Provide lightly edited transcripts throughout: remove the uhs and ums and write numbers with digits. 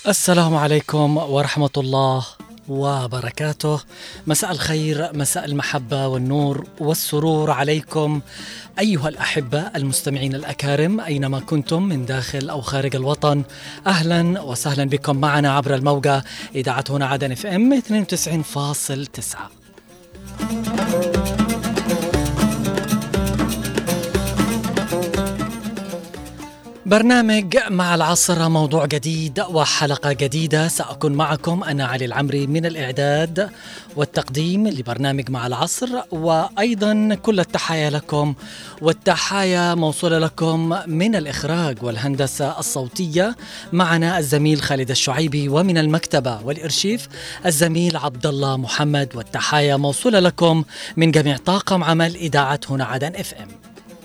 السلام عليكم ورحمة الله وبركاته. مساء الخير، مساء المحبة والنور والسرور عليكم أيها الأحبة المستمعين الأكارم أينما كنتم من داخل أو خارج الوطن. أهلا وسهلا بكم معنا عبر الموجة إذاعة هنا عدن اف ام 92.9. برنامج مع العصر، موضوع جديد وحلقة جديدة. سأكون معكم أنا علي العمري من الإعداد والتقديم لبرنامج مع العصر، وأيضا كل التحايا لكم والتحايا موصولة لكم من الإخراج والهندسة الصوتية. معنا الزميل خالد الشعيبي، ومن المكتبة والإرشيف الزميل عبد الله محمد، والتحايا موصولة لكم من جميع طاقم عمل إذاعة هنا عدن اف ام.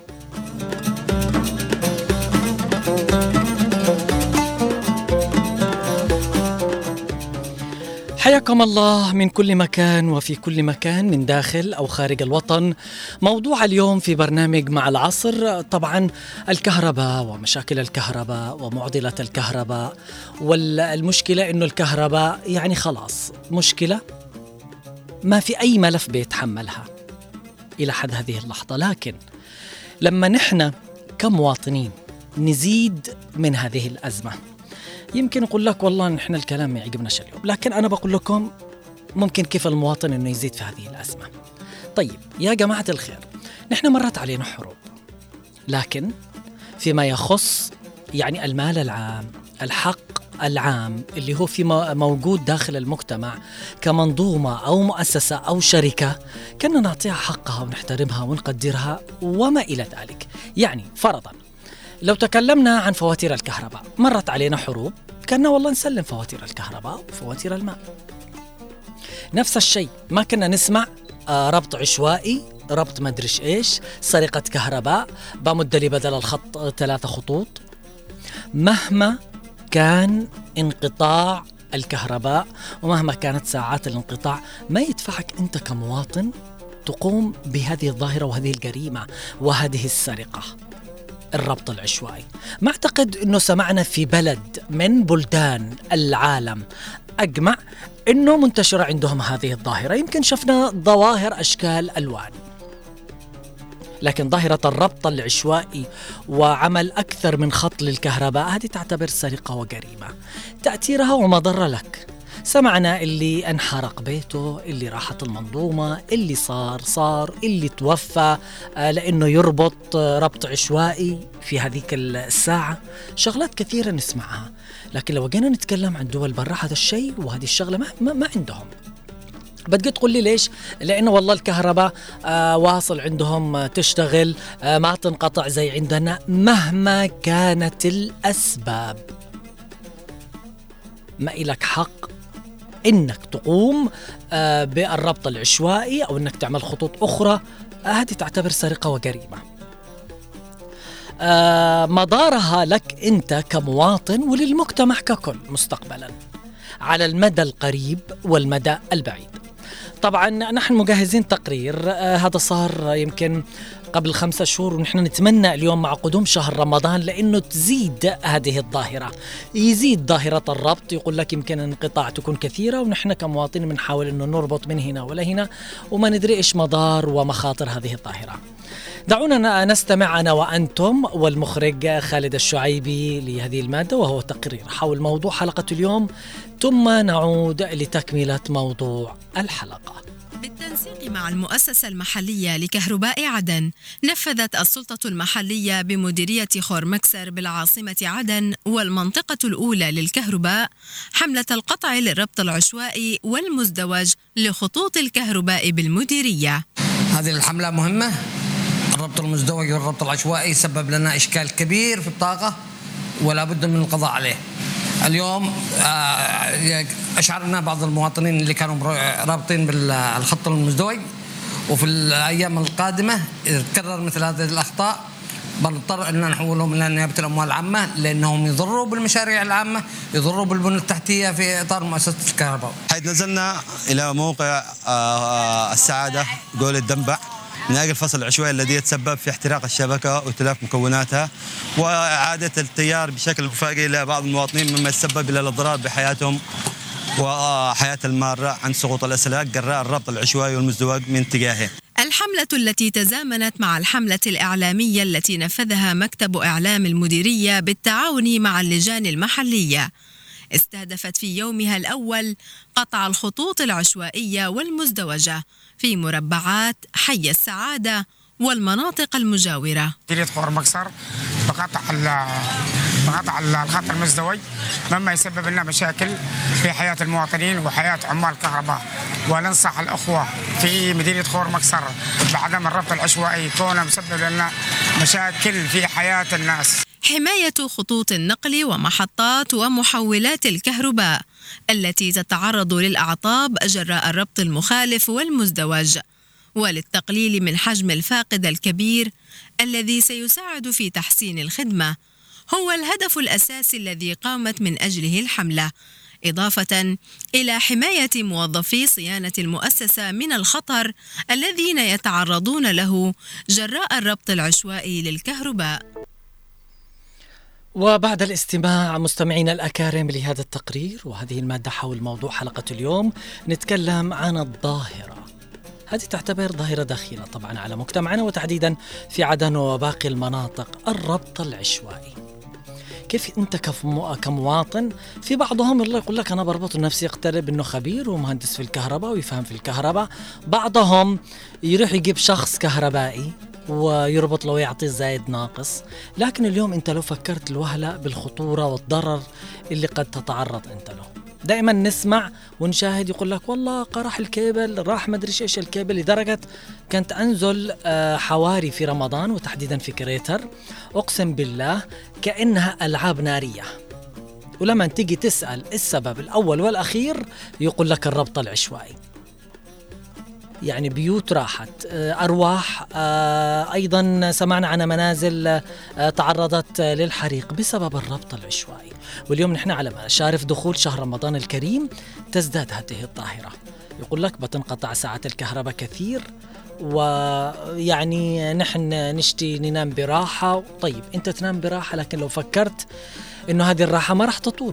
حياكم الله من كل مكان وفي كل مكان من داخل أو خارج الوطن. موضوع اليوم في برنامج مع العصر طبعا الكهرباء ومشاكل الكهرباء ومعضلة الكهرباء، والمشكلة إنه الكهرباء يعني خلاص مشكلة ما في أي ملف بيتحملها إلى حد هذه اللحظة. لكن لما نحن كمواطنين نزيد من هذه الأزمة، يمكن أقول لك والله نحن الكلام ما يعجبناش اليوم، لكن أنا بقول لكم ممكن كيف المواطن إنه يزيد في هذه الأزمة. طيب يا جماعة الخير، نحن مرت علينا حروب، لكن فيما يخص يعني المال العام، الحق العام اللي هو في موجود داخل المجتمع كمنظومة أو مؤسسة أو شركة، كنا نعطيها حقها ونحترمها ونقدرها وما إلى ذلك. يعني فرضاً لو تكلمنا عن فواتير الكهرباء، مرت علينا حروب، كنا والله نسلم فواتير الكهرباء وفواتير الماء. نفس الشيء، ما كنا نسمع ربط عشوائي، ربط مدرش إيش، سرقة كهرباء، بمد لي بدل الخط 3 خطوط. مهما كان انقطاع الكهرباء ومهما كانت ساعات الانقطاع، ما يدفعك أنت كمواطن تقوم بهذه الظاهرة وهذه الجريمة وهذه السرقة، الربط العشوائي. ما أعتقد أنه سمعنا في بلد من بلدان العالم أجمع أنه منتشرة عندهم هذه الظاهرة. يمكن شفنا ظواهر أشكال ألوان، لكن ظاهرة الربط العشوائي وعمل أكثر من خط للكهرباء هذه تعتبر سرقة وجريمة. تأثيرها ومضرة لك، سمعنا اللي انحرق بيته، اللي راحت المنظومة، اللي صار اللي توفى لأنه يربط ربط عشوائي في هذيك الساعة. شغلات كثيرة نسمعها، لكن لو جينا نتكلم عن دول برا هذا الشيء وهذه الشغلة ما عندهم. بدك تقول لي ليش؟ لأنه والله الكهرباء واصل عندهم تشتغل، ما تنقطع زي عندنا. مهما كانت الأسباب، ما إلك حق إنك تقوم بالربط العشوائي أو إنك تعمل خطوط أخرى. هذه تعتبر سرقة وجريمة. مضارها لك أنت كمواطن وللمجتمع ككل مستقبلا على المدى القريب والمدى البعيد. طبعا نحن مجهزين تقرير، هذا صار يمكن قبل 5 شهور، ونحن نتمنى اليوم مع قدوم شهر رمضان لأنه تزيد هذه الظاهرة، يزيد ظاهرة الربط. يقول لك يمكن انقطاع تكون كثيرة، ونحن كمواطنين بنحاول أنه نربط من هنا ولا هنا وما ندري إيش مضار ومخاطر هذه الظاهرة. دعونا نستمع أنا وأنتم والمخرج خالد الشعيبي لهذه المادة، وهو تقرير حول موضوع حلقة اليوم، ثم نعود لتكملة موضوع الحلقة. بالتنسيق مع المؤسسة المحلية لكهرباء عدن، نفذت السلطة المحلية بمديرية خور مكسر بالعاصمة عدن والمنطقة الأولى للكهرباء حملة القطع للربط العشوائي والمزدوج لخطوط الكهرباء بالمديرية. هذه الحملة مهمة. الربط المزدوج والربط العشوائي سبب لنا إشكال كبير في الطاقة ولا بد من القضاء عليه. اليوم أشعرنا بعض المواطنين اللي كانوا رابطين بالخط المزدوج، وفي الأيام القادمة إذا تكرر مثل هذه الأخطاء بنضطر أن نحولهم إلى نيابة الأموال العامة، لأنهم يضروا بالمشاريع العامة، يضروا بالبنى التحتية في إطار مؤسسة الكهرباء. حيث نزلنا إلى موقع السعادة قول الدنبع من أجل فصل العشوائي الذي يتسبب في احتراق الشبكة وتلف مكوناتها وإعادة التيار بشكل مفاجئ إلى بعض المواطنين، مما يتسبب إلى الإضرار بحياتهم وحياة المارة عن سقوط الأسلاك جراء الربط العشوائي والمزدوج من اتجاهه. الحملة التي تزامنت مع الحملة الإعلامية التي نفذها مكتب إعلام المديرية بالتعاون مع اللجان المحلية استهدفت في يومها الأول قطع الخطوط العشوائية والمزدوجة في مربعات حي السعادة والمناطق المجاورة. مديرية خور مكسر بقطع الخط المزدوج، مما يسبب لنا مشاكل في حياة المواطنين وحياة عمال الكهرباء، وننصح الأخوة في مديرية خور مكسر بعدم الربط العشوائي كونه مسبب لنا مشاكل في حياة الناس. حماية خطوط النقل ومحطات ومحولات الكهرباء التي تتعرض للأعطاب جراء الربط المخالف والمزدوج، وللتقليل من حجم الفاقد الكبير الذي سيساعد في تحسين الخدمة، هو الهدف الأساسي الذي قامت من أجله الحملة، إضافة إلى حماية موظفي صيانة المؤسسة من الخطر الذين يتعرضون له جراء الربط العشوائي للكهرباء. وبعد الاستماع مستمعينا الأكارم لهذا التقرير وهذه المادة حول موضوع حلقة اليوم، نتكلم عن الظاهرة. هذه تعتبر ظاهرة داخلة طبعا على مجتمعنا وتحديدا في عدن وباقي المناطق، الربط العشوائي. كيف أنت كمواطن، في بعضهم الله يقول لك أنا بربط نفسي، يقترب أنه خبير ومهندس في الكهرباء ويفهم في الكهرباء، بعضهم يروح يجيب شخص كهربائي ويربط له ويعطيه زايد ناقص. لكن اليوم أنت لو فكرت الوهلة بالخطورة والضرر اللي قد تتعرض أنت له، دائما نسمع ونشاهد يقول لك والله قرح الكيبل، راح مدري ايش الكيبل، لدرجة كنت أنزل حواري في رمضان وتحديدا في كريتر، أقسم بالله كأنها ألعاب نارية، ولما تيجي تسأل السبب الأول والأخير يقول لك الربط العشوائي. يعني بيوت راحت، أرواح، أيضا سمعنا عن منازل تعرضت للحريق بسبب الربط العشوائي. واليوم نحن على مشارف دخول شهر رمضان الكريم تزداد هذه الظاهرة، يقول لك بتنقطع ساعات الكهرباء كثير، ويعني نحن نشتي ننام براحة. طيب أنت تنام براحة، لكن لو فكرت إنه هذه الراحة ما راح تطول.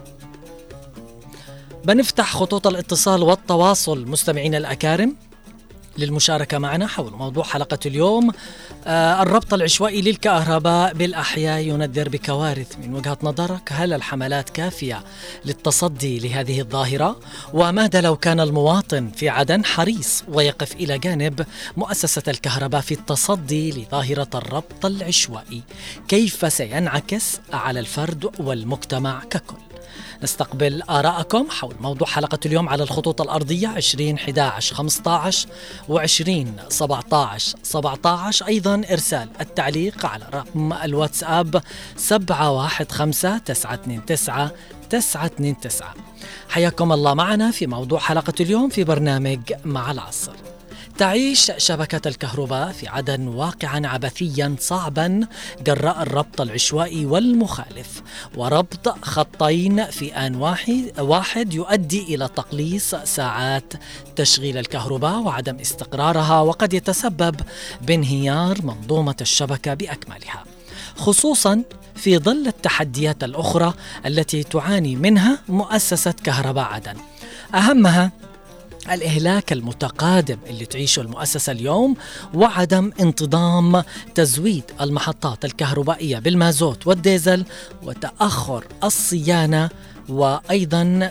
بنفتح خطوط الاتصال والتواصل مستمعين الأكارم للمشاركة معنا حول موضوع حلقة اليوم، الربط العشوائي للكهرباء بالأحياء ينذر بكوارث. من وجهة نظرك هل الحملات كافية للتصدي لهذه الظاهرة؟ وماذا لو كان المواطن في عدن حريص ويقف إلى جانب مؤسسة الكهرباء في التصدي لظاهرة الربط العشوائي؟ كيف سينعكس على الفرد والمجتمع ككل؟ نستقبل آراءكم حول موضوع حلقة اليوم على الخطوط الأرضية 20 11 15 و20 17 17، أيضا إرسال التعليق على رقم الواتساب 715 929 929. حياكم الله معنا في موضوع حلقة اليوم في برنامج مع العصر. تعيش شبكة الكهرباء في عدن واقعا عبثيا صعبا جراء الربط العشوائي والمخالف، وربط خطين في آن واحد يؤدي إلى تقليص ساعات تشغيل الكهرباء وعدم استقرارها، وقد يتسبب بانهيار منظومة الشبكة بأكملها، خصوصا في ظل التحديات الأخرى التي تعاني منها مؤسسة كهرباء عدن، أهمها الإهلاك المتقادم اللي تعيشه المؤسسة اليوم، وعدم انتظام تزويد المحطات الكهربائية بالمازوت والديزل، وتأخر الصيانة، وأيضا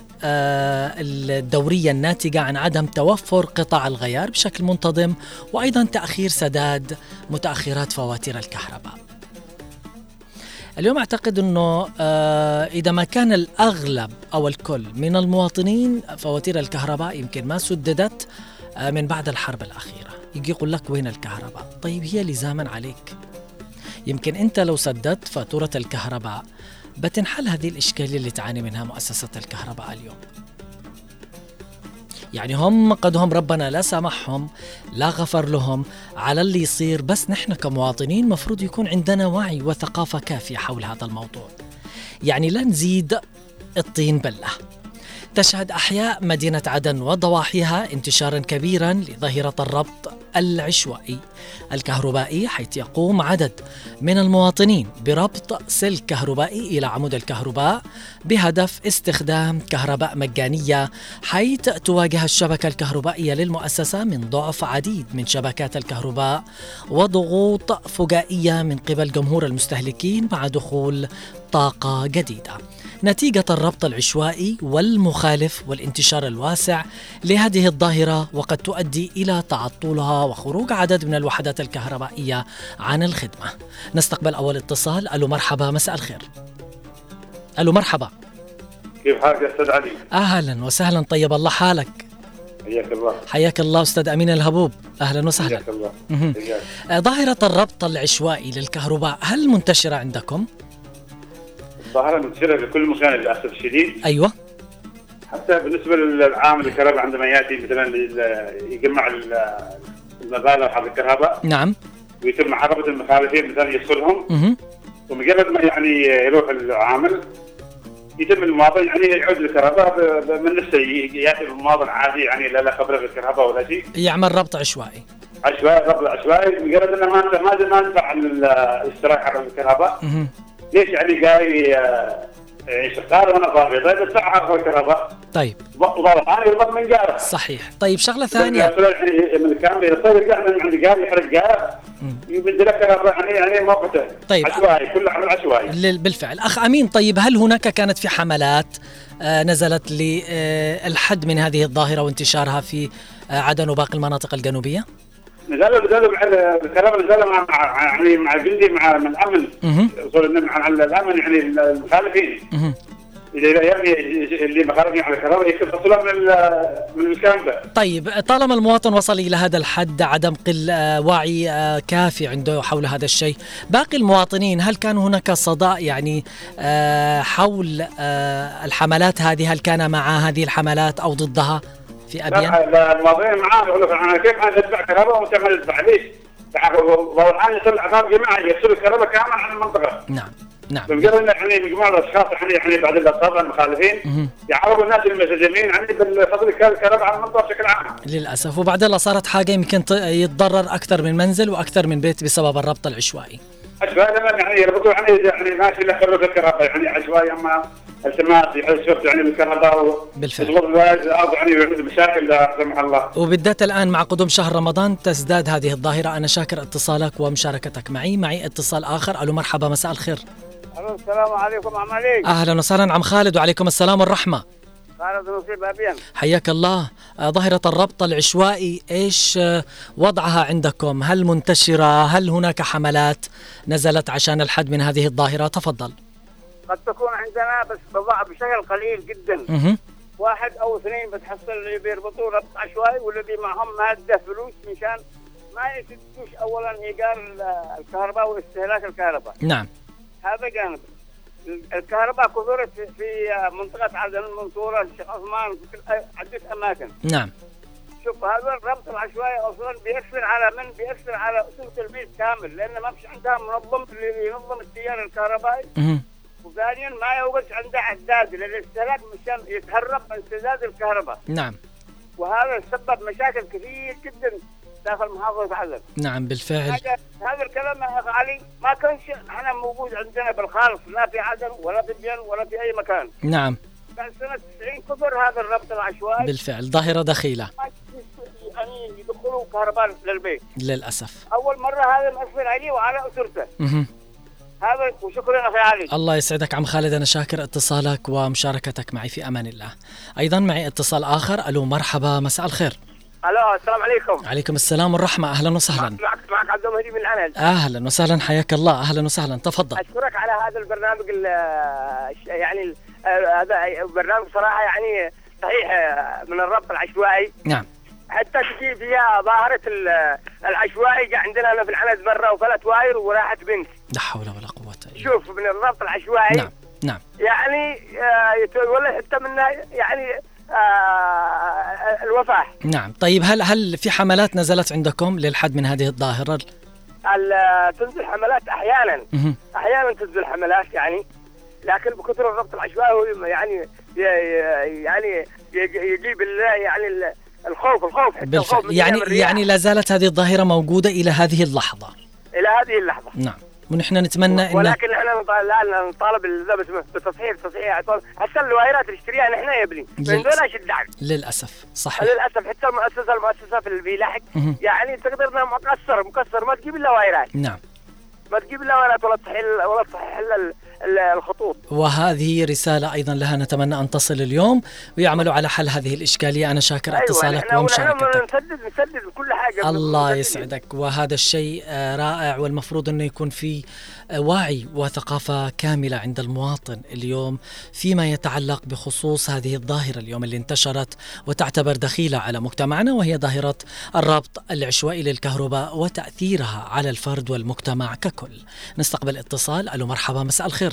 الدورية الناتجة عن عدم توفر قطع الغيار بشكل منتظم، وأيضا تأخير سداد متأخرات فواتير الكهرباء. اليوم أعتقد أنه إذا ما كان الأغلب أو الكل من المواطنين فواتير الكهرباء يمكن ما سددت من بعد الحرب الأخيرة، يجي يقول لك وين الكهرباء؟ طيب هي لزاما عليك، يمكن أنت لو سددت فاتورة الكهرباء بتنحل هذه الإشكالية اللي تعاني منها مؤسسة الكهرباء اليوم. يعني هم قدهم ربنا لا سامحهم لا غفر لهم على اللي يصير، بس نحن كمواطنين مفروض يكون عندنا وعي وثقافة كافية حول هذا الموضوع، يعني لا نزيد الطين بلة. تشهد أحياء مدينة عدن وضواحيها انتشارا كبيرا لظاهرة الربط العشوائي الكهربائي، حيث يقوم عدد من المواطنين بربط سلك كهربائي إلى عمود الكهرباء بهدف استخدام كهرباء مجانية، حيث تواجه الشبكة الكهربائية للمؤسسة من ضعف عديد من شبكات الكهرباء وضغوط فجائية من قبل جمهور المستهلكين مع دخول طاقة جديدة. نتيجة الربط العشوائي والمخالف والانتشار الواسع لهذه الظاهرة، وقد تؤدي إلى تعطلها وخروج عدد من الوحدات الكهربائية عن الخدمة. نستقبل أول اتصال. ألو مرحبا، مساء الخير. ألو مرحبا، كيف حالك يا أستاذ علي؟ أهلا وسهلا، طيب الله حالك. حياك الله. حياك الله أستاذ أمين الهبوب، أهلا وسهلا. حياك الله. ظاهرة الربط العشوائي للكهرباء هل منتشرة عندكم؟ ظاهرة منتشرة في كل مكان للأسف الشديد. أيوة. حتى بالنسبة للعامل الكهرباء عندما يأتي مثلا يجمع المبالغ حق الكهرباء. نعم. ويتم محاربة المخالفين مثلا يدخلهم. ومجرد ما يعني يروح العامل يتم المواطن يعني يعود الكهرباء من نفسه، يأتي المواطن عادي يعني لا خبره بالكهرباء ولا شيء. يعمل ربط عشوائي. ربط عشوائي مجرد انه ما ندفع الاشتراك حق الكهرباء. ليش يعني جاي شغال وانا فاضي؟ طيب ادفع حق الكهرباء. طيب. وضغط عني وضغط من جاره. صحيح. طيب شغله ثانيه. من الكامل يصير يرجع من عند جاره يحرق جاره يبدل لك كهرباء يعني موقته. طيب. عشوائي، كله عمل عشوائي. بالفعل. اخ امين، طيب هل هناك كانت في حملات نزلت للحد من هذه الظاهره وانتشارها في عدن وباقي المناطق الجنوبيه؟ نزلوا مع الكهرباء، نزلوا مع الجندي مع الامن. وصلوا مع الامن يعني المخالفين. اذا يعني اللي مخالفين على الكهرباء يفصلوا من الكلام ده. طيب طالما المواطن وصل الى هذا الحد، عدم وعي كافي عنده حول هذا الشيء، باقي المواطنين هل كان هناك صداء يعني حول الحملات هذه؟ هل كان مع هذه الحملات او ضدها في أبيان؟ لا المواطنين معاه يقولوا أنا كيف أنا أدفع كهرباء وأنت ما تدفع ليش؟ والآن يصير عقاب جماعي يفصلوا الكهرباء كامل عن المنطقة. نعم. بمجرد يعني مجموعة الأشخاص يعني بعد الأصابع المخالفين يعرضوا الناس المسجلين يعني بالفصل الكهرباء عن المنطقة بشكل عام. للأسف. وبعدين صارت حاجة يمكن يتضرر أكثر من منزل وأكثر من بيت بسبب الربط العشوائي. عشوائي يعني يربطوا يعني ماشي له خروج الكهرباء يعني عشوائي، أما التماس يحسوا يعني بالكهرباء. بالفعل. الأرض يعني يعمل مشاكل لا سمح الله. وبالذات الآن مع قدوم شهر رمضان تزداد هذه الظاهرة. أنا شاكر اتصالك ومشاركتك معي اتصال آخر. ألو مرحبا، مساء الخير. السلام عليكم عم علي. أهلا وسهلا عم خالد. وعليكم السلام والرحمة. خالد نصيب أبيان. حياك الله. ظاهرة الربط العشوائي إيش وضعها عندكم؟ هل منتشرة؟ هل هناك حملات نزلت عشان الحد من هذه الظاهرة؟ تفضل. قد تكون عندنا بس بشكل قليل جدا. واحد أو اثنين بتحصل اللي بيربطوا ربط عشوائي والذي معهم مادة فلوس مشان ما يسدوش أولا إيجار الكهرباء واستهلاك الكهرباء. نعم. هذا جانب. الكهرباء كثرت في منطقة عدن، المنصورة، الشيخ عثمان، في عدة أماكن. نعم. شوف هذا الربط العشوائي أصلا بيأثر على أسرة البيت كامل، لأن ما فيش عندها منظم اللي ينظم التيار الكهربائي. وثانيا ما يوجد عندها عداد للاستهلاك مشان يتهرب من سداد الكهرباء. نعم. وهذا سبب مشاكل كثير جدا داخل محافظة عدن. نعم بالفعل. هذا الكلام يا أخ علي ما كانش احنا موجود عندنا بالخالص، لا في عدن ولا في بيان ولا في أي مكان. نعم. كان سنة 90 كثر هذا الربط العشوائي. بالفعل ظاهرة دخيلة. يعني يدخلوا كهرباء للبيت. للأسف. أول مرة هذا مأثر عليه وعلى أسرته. هذا وشكرا أخي علي. الله يسعدك عم خالد، أنا شاكر اتصالك ومشاركتك معي في أمان الله. أيضا معي اتصال آخر. ألو مرحبا، مساء الخير. ألو السلام عليكم. عليكم السلام والرحمة. أهلا وسهلا. معك عبد المهدي من العنز. أهلا وسهلا، حياك الله. أهلا وسهلا، تفضل. أشكرك على هذا البرنامج يعني هذا برنامج صراحة يعني صحيح من الربط العشوائي. نعم. حتى تجي فيها ظاهرة العشوائي عندنا هنا في العنز مرة وفلت واير وراحت بنت. لا حول ولا قوة إلا بالله. شوف من الربط العشوائي. نعم نعم. يعني ولا حتى منها يعني الوفاة. نعم. طيب هل في حملات نزلت عندكم للحد من هذه الظاهرة؟ تنزل حملات أحيانا. أحيانا تنزل حملات يعني لكن بكثر الربط العشوائي هو يعني يجيب يعني الخوف حتى بالفعل. الخوف يعني لا زالت هذه الظاهرة موجودة إلى هذه اللحظة. إلى هذه اللحظة. نعم. ونحن نتمنى ولكن احنا الان نطالب بتصحيح هسه الوايرات اللي اشتريها نحن يا ابني من دوناش الدعم للاسف. صحيح. للاسف حتى المؤسسه في البيلاحق يعني تقدرنا مكسر ما تجيب الا وايرات. نعم. ما تجيب الا وايرات ولا تصحيح الخطوط. وهذه رسالة أيضا لها نتمنى أن تصل اليوم ويعملوا على حل هذه الإشكالية. أنا شاكر اتصالك ومشاركتك. نسدد كل حاجة. الله يسعدك. وهذا الشيء رائع، والمفروض أنه يكون في وعي وثقافة كاملة عند المواطن اليوم فيما يتعلق بخصوص هذه الظاهرة اليوم اللي انتشرت وتعتبر دخيلة على مجتمعنا، وهي ظاهرة الربط العشوائي للكهرباء وتأثيرها على الفرد والمجتمع ككل. نستقبل اتصال. ألو مرحبا، مساء الخير.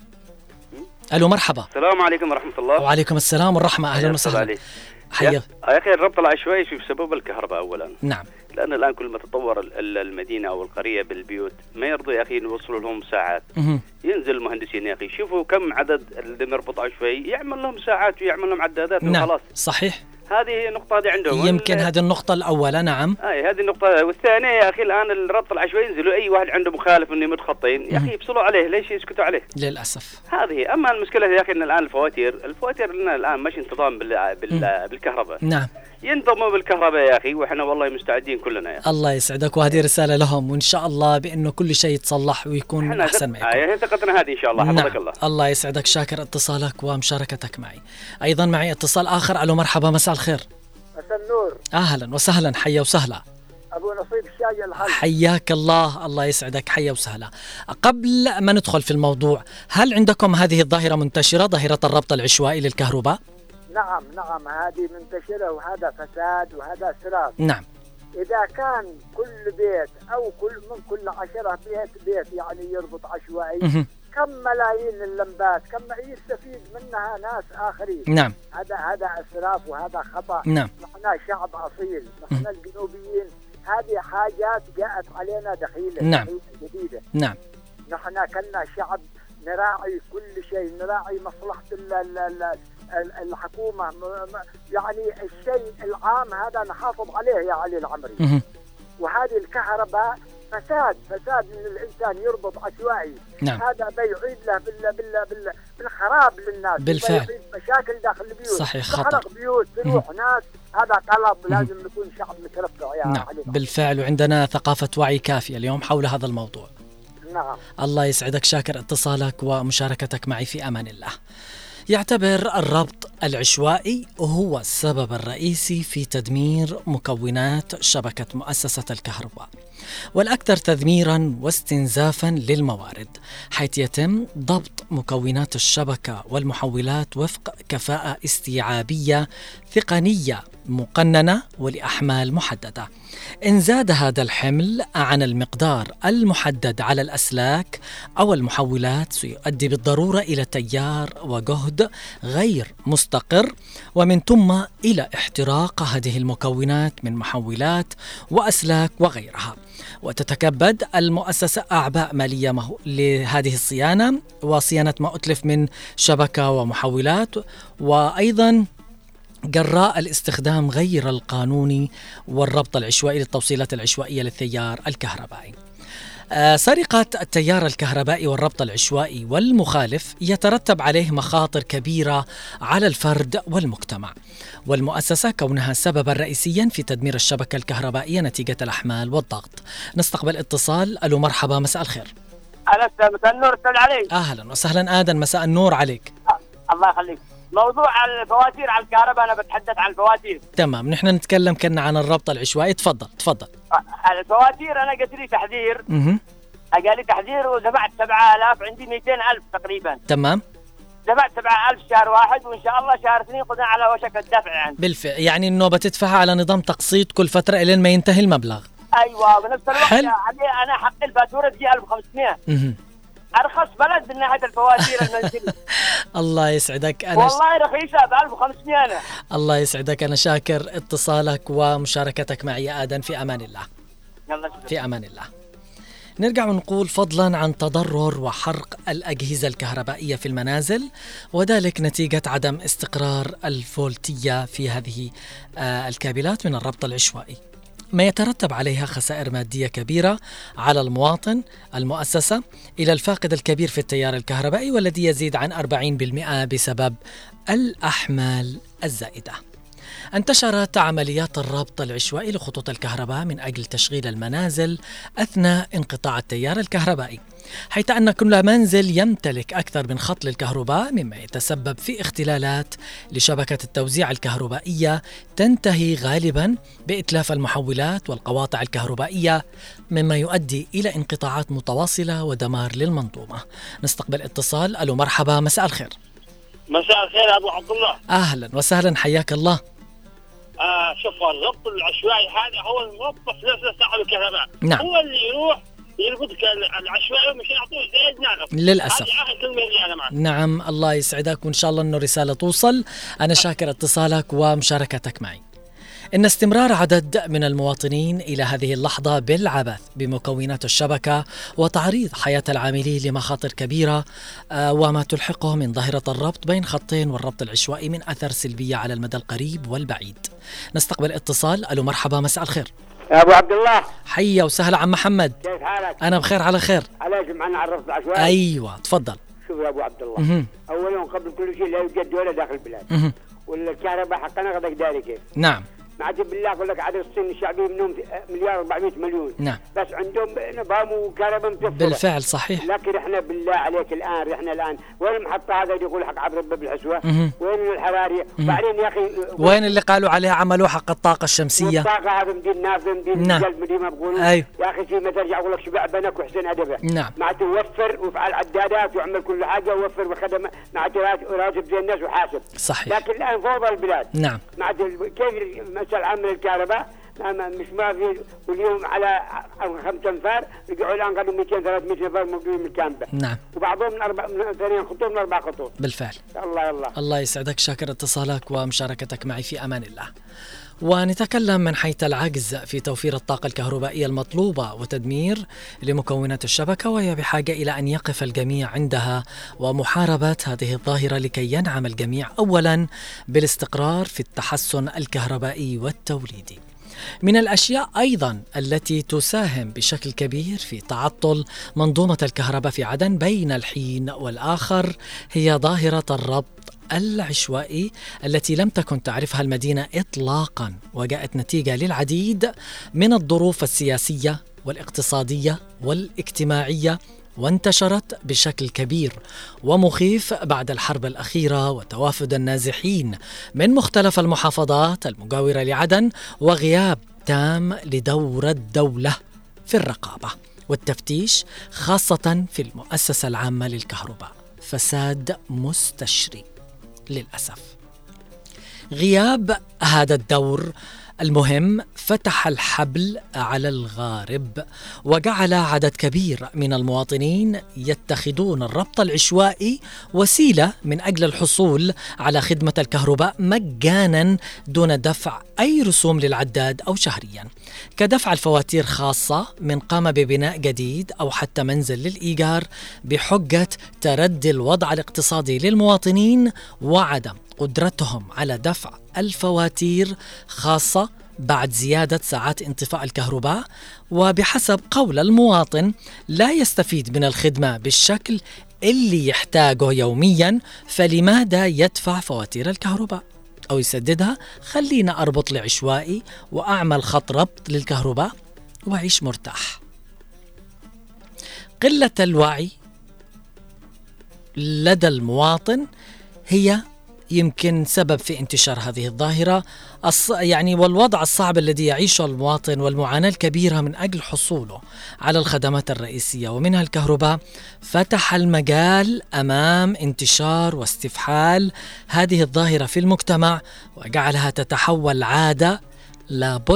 ألو مرحبا. السلام عليكم ورحمة الله. وعليكم السلام والرحمة. أهلا وسهلا. حيا يا أخي، الربط العشوائي في بسبب الكهرباء أولا. نعم. لأن الآن كل ما تطور المدينة أو القرية بالبيوت ما يرضى يا أخي نوصلوا لهم ساعات. ينزل المهندسين يا أخي شوفوا كم عدد اللي نربط عشوائي، يعمل لهم ساعات ويعمل لهم عدادات. نعم. وخلاص. صحيح. هذه النقطة دي عندهم. يمكن هذه النقطة الأولى. نعم. هذه النقطة. والثانية يا أخي الآن الربط العشوائي ينزلوا أي واحد عنده مخالف إنه متخطين يا أخي يفصلوا عليه، ليش يسكتوا عليه؟ للأسف. هذه. أما المشكلة يا أخي إن الآن الفواتير لنا الآن مش انتظام بالكهرباء. نعم. ينضموا بالكهرباء يا أخي، وإحنا والله مستعدين كلنا يا أخي. الله يسعدك. وهذه رسالة لهم، وإن شاء الله بأنه كل شيء يتصلح ويكون أحسن ما يكون. هي ثقتنا هذه إن شاء الله. حفظك الله. الله يسعدك. شاكر اتصالك ومشاركتك معي. أيضا معي اتصال آخر. ألو مرحبا، مساء الخير. مساء النور. أهلا وسهلا. حيا وسهلا. أبو نصيب الشاي الحل. حياك الله. الله يسعدك. حيا وسهلا. قبل ما ندخل في الموضوع، هل عندكم هذه الظاهرة منتشرة، ظاهرة الربط العشوائي للكهرباء؟ نعم هذه منتشرة، وهذا فساد وهذا إسراف. نعم. إذا كان كل بيت أو من كل 10 بيت يعني يربط عشوائي، كم ملايين اللمبات كم يستفيد منها ناس آخرين. نعم. هذا إسراف وهذا خطأ. نعم. نحن شعب أصيل، نحن الجنوبيين، هذه حاجات جاءت علينا دخيلة. نعم. جديدة. نعم. نحن كنا شعب نراعي كل شيء، نراعي مصلحة الحكومة، يعني الشيء العام هذا نحافظ عليه يا علي العمري. وهذه الكهرباء فساد ان الانسان يربط عشوائي. نعم. هذا بيعيد له بالخراب للناس. بالفعل. مشاكل داخل البيوت. صحيح. خطأ. بيوت تروح ناس. هذا طلب لازم نكون شعب مترفع يا نعم. علي. بالفعل. وعندنا ثقافة وعي كافية اليوم حول هذا الموضوع. نعم. الله يسعدك. شاكر اتصالك ومشاركتك معي. في أمان الله. يعتبر الربط العشوائي هو السبب الرئيسي في تدمير مكونات شبكة مؤسسة الكهرباء، والأكثر تدميرا واستنزافا للموارد، حيث يتم ضبط مكونات الشبكة والمحولات وفق كفاءة استيعابية ثقنية مقننة ولأحمال محددة. إن زاد هذا الحمل عن المقدار المحدد على الأسلاك أو المحولات سيؤدي بالضرورة إلى تيار وجهد غير مستقر، ومن ثم إلى احتراق هذه المكونات من محولات وأسلاك وغيرها. وتتكبد المؤسسة أعباء مالية لهذه الصيانة وصيانة ما أتلف من شبكة ومحولات، وأيضا جراء الاستخدام غير القانوني والربط العشوائي للتوصيلات العشوائية للتيار الكهربائي. سرقة التيار الكهربائي والربط العشوائي والمخالف يترتب عليه مخاطر كبيرة على الفرد والمجتمع، والمؤسسة كونها سببا رئيسيا في تدمير الشبكة الكهربائية نتيجة الأحمال والضغط. نستقبل اتصال. ألو مرحبا، مساء الخير. مساء النور. استاذ علي. أهلا وسهلا آدم. مساء النور عليك. الله يخليك. موضوع الفواتير على الكهرباء، أنا بتحدث عن الفواتير. تمام. نحن نتكلم كنا عن الربط العشوائي. تفضل. الفواتير أنا قلت لي تحذير. قال لي تحذير ودفعت 7000، عندي 200,000 تقريبا. تمام. دفعت 7000 شهر واحد، وإن شاء الله شهر 2 قدنا على وشك الدفع يعني. بالفعل. يعني إنه بتدفعها على نظام تقسيط كل فترة إلين ما ينتهي المبلغ. أيوة. بنفس الوقت أنا حق الفاتورة تجي 1500. أرخص بلد من ناحية الفواتير المنزلية. الله يسعدك. والله رخيصة ب 1500 أنا. الله يسعدك. أنا شاكر اتصالك ومشاركتك معي يا آدم. في أمان الله. يلا في أمان الله. نرجع ونقول فضلا عن تضرر وحرق الأجهزة الكهربائية في المنازل، وذلك نتيجة عدم استقرار الفولتية في هذه الكابلات من الربط العشوائي، ما يترتب عليها خسائر مادية كبيرة على المواطن، المؤسسة، إلى الفاقد الكبير في التيار الكهربائي والذي يزيد عن 40% بسبب الأحمال الزائدة. انتشرت عمليات الربط العشوائي لخطوط الكهرباء من أجل تشغيل المنازل أثناء انقطاع التيار الكهربائي، حيث أن كل منزل يمتلك أكثر من خط للكهرباء، مما يتسبب في اختلالات لشبكة التوزيع الكهربائية تنتهي غالبا بإتلاف المحولات والقواطع الكهربائية، مما يؤدي إلى انقطاعات متواصلة ودمار للمنظومة. نستقبل اتصال. ألو مرحبا، مساء الخير. مساء الخير أبو عبد الله. أهلا وسهلا، حياك الله. شوف، الربط العشوائي هذا هو الموظف نفسه صاحب الكهرباء. نعم. هو اللي يروح يربطك العشوائي مش يعطوه زي دماغه. للأسف. هذه آخر كلمة لي أنا معك. نعم، الله يسعدك، وإن شاء الله أنه رسالة توصل. أنا شاكر اتصالك ومشاركتك معي. إن استمرار عدد من المواطنين إلى هذه اللحظة بالعبث بمكونات الشبكة وتعريض حياة العاملين لمخاطر كبيرة وما تلحقه من ظاهرة الربط بين خطين والربط العشوائي من أثر سلبية على المدى القريب والبعيد. نستقبل اتصال. ألو مرحبا، مساء الخير. يا أبو عبد الله. حيا وسهلا عم محمد. كيف حالك؟ أنا بخير على خير. عليك معنا على الربط العشوائي. أيوة تفضل. شوف يا أبو عبد الله، أولا قبل كل شيء لا يوجد دولة داخل البلاد، والكهرباء حقنا غدك داري كيف. نعم. معجب بالله أقول لك عدد الصين الشعبي منهم 1.400 مليون. نعم. بس عندهم نظام وكهرباء متوفرة. بالفعل صحيح. لكن احنا بالله عليك الآن وين المحطة هذا اللي يقول حق عبر باب الحسوة؟ وين الحرارية؟ بعدين يا أخي وين اللي قالوا عليها عملوا حق الطاقة الشمسية؟ الطاقة هذا مدين نافذ مدين جلب مدين ما بقولوا. أيوه. يا أخي في ما ترجع أقول لك شبع بنك وحسن أدبه. نعم. ما توفر وفعل عدادات ويعمل كل حاجة ووفر وخدم مع راتب زي الناس وحاسب. صحيح. لكن الآن فوضى البلاد. نعم. كيف المسألة عامة الكهرباء مش ما في، واليوم على 5 أنفار رجعوا الآن قالوا 200 300 نفر موجودين من الكامبة. نعم. وبعضهم من 2 خطوط من 4 خطوط. بالفعل. الله الله يسعدك، شاكر اتصالك ومشاركتك معي، في أمان الله. ونتكلم من حيث العجز في توفير الطاقة الكهربائية المطلوبة وتدمير لمكونات الشبكة، وهي بحاجة إلى أن يقف الجميع عندها ومحاربة هذه الظاهرة لكي ينعم الجميع أولا بالاستقرار في التحسن الكهربائي والتوليدي. من الأشياء أيضا التي تساهم بشكل كبير في تعطل منظومة الكهرباء في عدن بين الحين والآخر هي ظاهرة الربط العشوائي التي لم تكن تعرفها المدينة إطلاقا، وجاءت نتيجة للعديد من الظروف السياسية والاقتصادية والاجتماعية، وانتشرت بشكل كبير ومخيف بعد الحرب الأخيرة وتوافد النازحين من مختلف المحافظات المجاورة لعدن، وغياب تام لدور الدولة في الرقابة والتفتيش خاصة في المؤسسة العامة للكهرباء. فساد مستشري للأسف. غياب هذا الدور المهم فتح الحبل على الغارب، وجعل عدد كبير من المواطنين يتخذون الربط العشوائي وسيلة من أجل الحصول على خدمة الكهرباء مجانا دون دفع أي رسوم للعداد أو شهريا، كدفع الفواتير خاصة من قام ببناء جديد أو حتى منزل للإيجار بحجة تردي الوضع الاقتصادي للمواطنين وعدم قدرتهم على دفع الفواتير خاصة بعد زيادة ساعات انطفاء الكهرباء. وبحسب قول المواطن لا يستفيد من الخدمة بالشكل اللي يحتاجه يوميا، فلماذا يدفع فواتير الكهرباء أو يسددها؟ خلينا أربط لعشوائي وأعمل خط ربط للكهرباء وأعيش مرتاح. قلة الوعي لدى المواطن هي يمكن سبب في انتشار هذه الظاهرة والوضع الصعب الذي يعيشه المواطن والمعاناة الكبيرة من أجل حصوله على الخدمات الرئيسية ومنها الكهرباء، فتح المجال أمام انتشار واستفحال هذه الظاهرة في المجتمع، وجعلها تتحول عادة لابد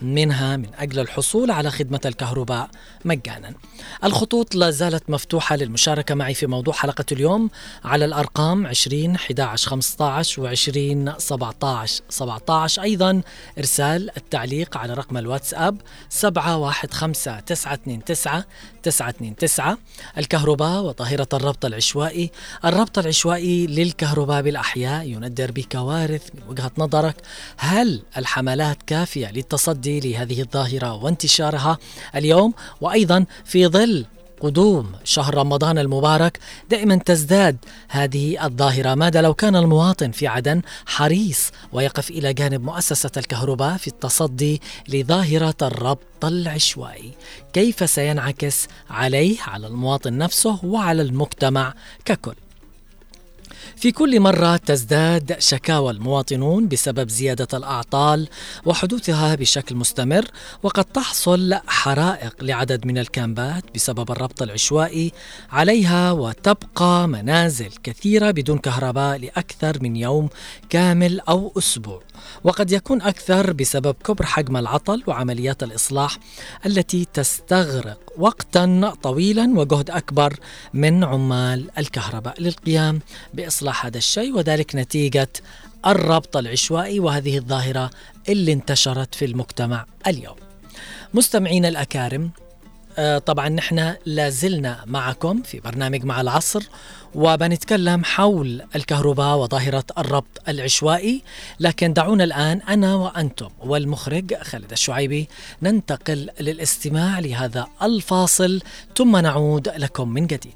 منها من أجل الحصول على خدمة الكهرباء مجانا. الخطوط لا زالت مفتوحة للمشاركة معي في موضوع حلقة اليوم على الأرقام 20 11 15 و 20 17 17. أيضا إرسال التعليق على رقم الواتساب 715 929 929. الكهرباء وظاهرة الربط العشوائي. الربط العشوائي للكهرباء بالأحياء يندر بكوارث من وجهة نظرك. هل الحملات كافية للتصدي لهذه الظاهرة وانتشارها اليوم؟ وأيضا في ظل قدوم شهر رمضان المبارك دائما تزداد هذه الظاهرة. ماذا لو كان المواطن في عدن حريص ويقف إلى جانب مؤسسة الكهرباء في التصدي لظاهرة الربط العشوائي؟ كيف سينعكس عليه، على المواطن نفسه وعلى المجتمع ككل؟ في كل مرة تزداد شكاوى المواطنون بسبب زيادة الأعطال وحدوثها بشكل مستمر، وقد تحصل حرائق لعدد من الكامبات بسبب الربط العشوائي عليها، وتبقى منازل كثيرة بدون كهرباء لأكثر من يوم كامل أو أسبوع، وقد يكون أكثر بسبب كبر حجم العطل وعمليات الإصلاح التي تستغرق وقتا طويلا وجهد أكبر من عمال الكهرباء للقيام بإصلاح هذا الشيء، وذلك نتيجة الربط العشوائي وهذه الظاهرة اللي انتشرت في المجتمع اليوم. مستمعين الأكارم، طبعا نحن لازلنا معكم في برنامج مع العصر، وبنتكلم حول الكهرباء وظاهرة الربط العشوائي. لكن دعونا الآن أنا وأنتم والمخرج خالد الشعيبي ننتقل للاستماع لهذا الفاصل، ثم نعود لكم من جديد.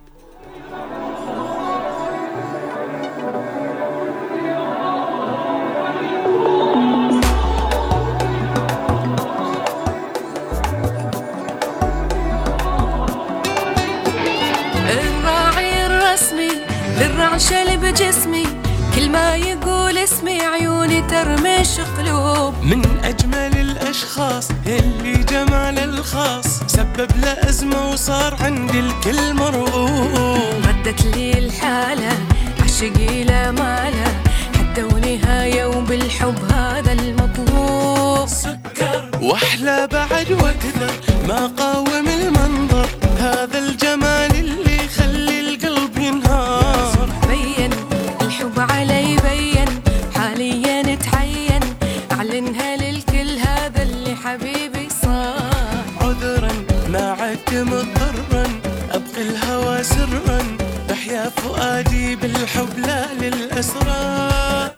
للرعشة اللي بجسمي، كل ما يقول اسمي عيوني ترمش قلوب. من أجمل الأشخاص اللي جمال الخاص سبب له أزمة وصار عندي الكل مرغوب. ردت لي الحالة عشقي لا ماله، حتى ونهاية وبالحب هذا المطلوب. سكر وأحلى بعد وأكثر ما قاوم المنظر، هذا الجمال اللي يخلي القلب ينهار. بين الحب علي بين حاليا تحين، أعلنها للكل هذا اللي حبيبي صار. عذرا ما عدت مضطرا أبقي الهوى سرا، أحيا فؤادي بالحب لا للأسرار.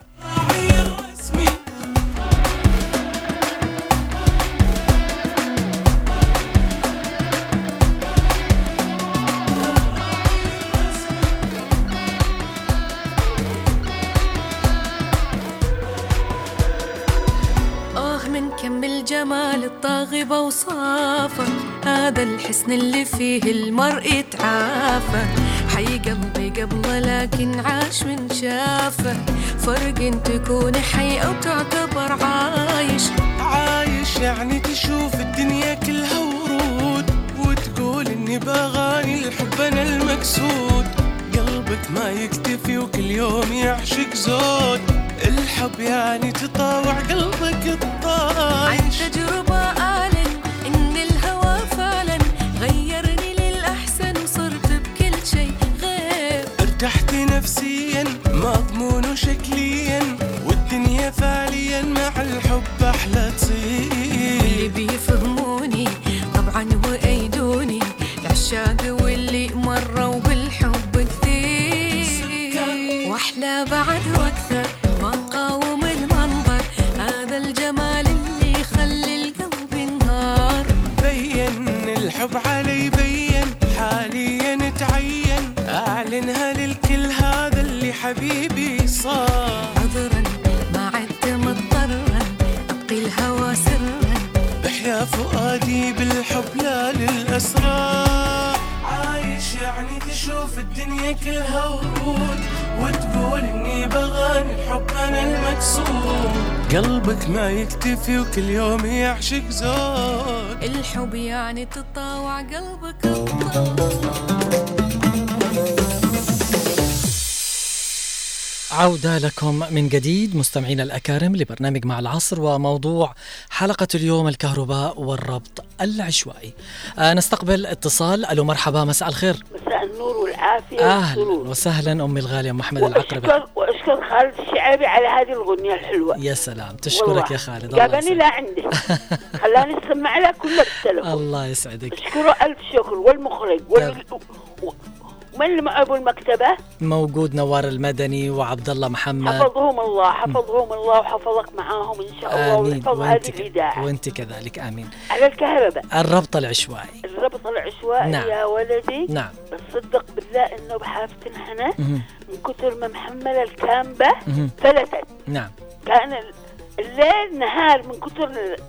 كم الجمال الطاغي بوصافه، هذا الحسن اللي فيه المرء يتعافى. حي قلبي قبله لكن عاش من شافه، فرق ان تكون حي او تعتبر عايش. عايش يعني تشوف الدنيا كلها ورود، وتقول اني باغاني الحب انا المقصود. قلبك ما يكتفي وكل يوم يعشق زود، الحب يعني تطاوع قلبك الطايش. عن تجربة أعلن إن الهوى فعلا غيرني للأحسن، وصرت بكل شيء غير. ارتحت نفسيا مضمون وشكليا، والدنيا فعليا مع الحب أحلى تصير. اللي بيفهموني طبعا وأيدوني، العشاق واللي مروا بالحب كثير. وأحلى بعد وأكثر ما قاوم المنظر، هذا الجمال اللي يخلي القلب ينهار. بين الحب علي بين حاليا تعين، أعلنها للكل هذا اللي حبيبي صار. عذرا ما عدت مضطرا أبقي الهوى سرا، بحيا فؤادي بالحب لا للأسرار. عايش يعني تشوف الدنيا كلها ورود، وتقول اني بغاني الحب انا المقصود. قلبك ما يكتفي وكل يوم يعشق زود، الحب يعني تطاوع قلبك عودة لكم من جديد مستمعينا الأكارم لبرنامج مع العصر، وموضوع حلقة اليوم الكهرباء والربط العشوائي. نستقبل اتصال. ألو مرحبا، مساء الخير. مساء النور والعافية أهلا وسهلا أمي الغالية أم محمد العقربي. وأشكر خالد الشعابي على هذه الغنية الحلوة. يا سلام، تشكرك يا خالد. جابني لا عندي خلاني أسمع لها كل التلفون. الله يسعدك. أشكره ألف شكر. والمخرج من اللي أبو المكتبة موجود نوار المدني وعبد الله محمد، حفظهم الله حفظهم الله وحفظك معاهم إن شاء الله، ويحفظ هذه الإذاعة. وأنت كذلك آمين. على الكهرباء الربط العشوائي. الربط العشوائي. نعم. يا ولدي نعم. بصدق بالله إنه بحافة انحنى من كثر ما محملة الكامبة فلتت. نعم. كان الليل نهار من كثر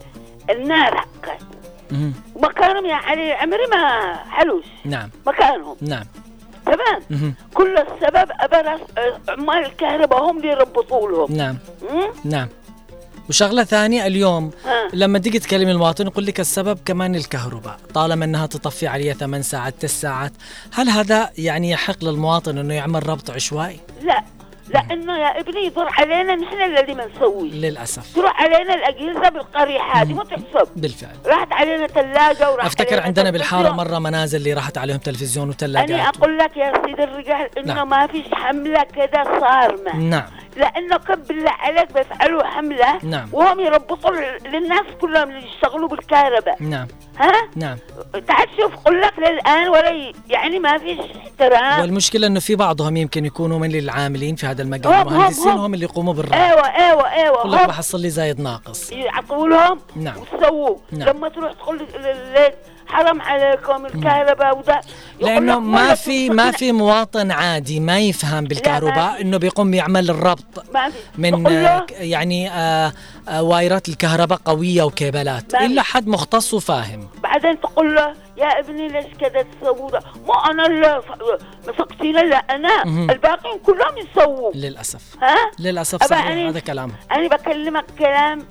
النار حقت ومكانهم يا علي عمري ما حلوش. نعم. مكانهم. نعم. تمام. كل السبب أبرز عمال الكهرباء هم اللي يربطوا لهم. نعم. نعم. وشغلة ثانية اليوم لما تيجي تكلم المواطن يقول لك السبب كمان الكهرباء، طالما أنها تطفي عليه 8 ساعات 9 ساعات. هل هذا يعني يحق للمواطن أنه يعمل ربط عشوائي؟ لا، لأنه يا ابني يضر علينا نحن الذي بنسويه للأسف. تروح علينا الأجهزة بالقرية هذه ما تحسب. بالفعل. راحت علينا ثلاجة وراح أفتكر عندنا بالحارة مرة منازل اللي راحت عليهم تلفزيون وثلاجات. أنا أقول لك يا سيد الرجال إنه نعم. ما فيش حملة كده صارمة. نعم. لأنه كم بالله عليك بيفعلوا حملة. نعم. وهم يربطوا للناس كلهم اللي يشتغلوا بالكهرباء. نعم. ها؟ نعم. تعال شوف قل لك للآن ولا يعني ما فيش احترام. والمشكلة إنه في بعضهم يمكن يكونوا من العاملين في هذا المجال، المهندسين هم اللي يقوموا بالربط. أيوة يقول لك بحصل لي زايد ناقص. يعطوا لهم. نعم. وتسووه. نعم. لما تروح تقول حرام عليكم الكهرباء وده، لأنه ما في مواطن عادي ما يفهم بالكهرباء إنه بيقوم يعمل الربط من يعني وايرات الكهرباء قوية وكيبلات إلا حد مختص وفاهم. بعدين تقول له يا ابني ليش كذا تسووا ده؟ ما أنا اللي مسكتين، لا أنا الباقين كلهم يسووا. للأسف. ها؟ للأسف صحيح هذا كلامه. أنا بكلمك كلام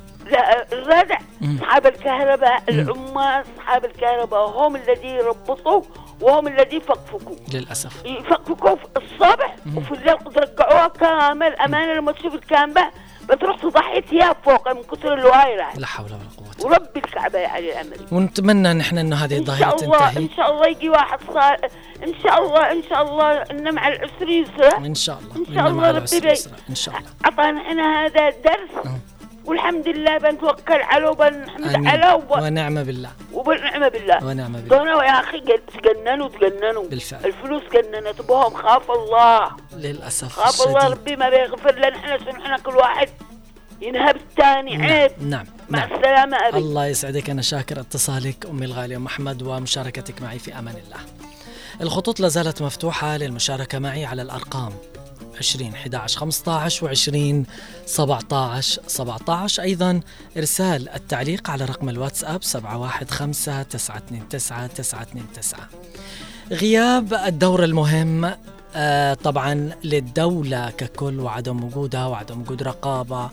الردع. أصحاب الكهرباء العمال أصحاب الكهرباء هم الذي يربطوا وهم الذي يفكفكوا. للأسف يفكفكوا الصبح وفي الليل قد رجعوها كامل. أمانة لما تشوف الكامبة بتروح تضحي ثياب فوق من كثر الوايرة. لا حول ولا قوة. ورب الكعبة يا علي الأمري. ونتمنى نحن إنه هذه الظاهرة تنتهي. إن شاء الله يجي واحد صار إن شاء الله إن مع العسر يسرا. إن شاء الله. إن شاء الله ربي إن شاء الله. أعطانا إحنا هذا الدرس. والحمد لله بنتوكل عليه وبنحمد عليه ونعم بالله. ونعم بالله. دونوا يا أخي تجننوا بالفعل. الفلوس جننت بهم. خاف الله. للأسف خاف الله ربي ما بيغفر لنا. احنا كل واحد ينهب الثاني. عيب. نعم. مع السلامة أبي. الله يسعدك. أنا شاكر اتصالك أمي الغالية محمد ومشاركتك معي في أمان الله. الخطوط لازالت مفتوحة للمشاركة معي على الأرقام 20 11 15 و20 17 17. أيضا إرسال التعليق على رقم الواتساب 715 929 929. غياب الدور المهم طبعا للدولة ككل وعدم وجودها وعدم وجود رقابة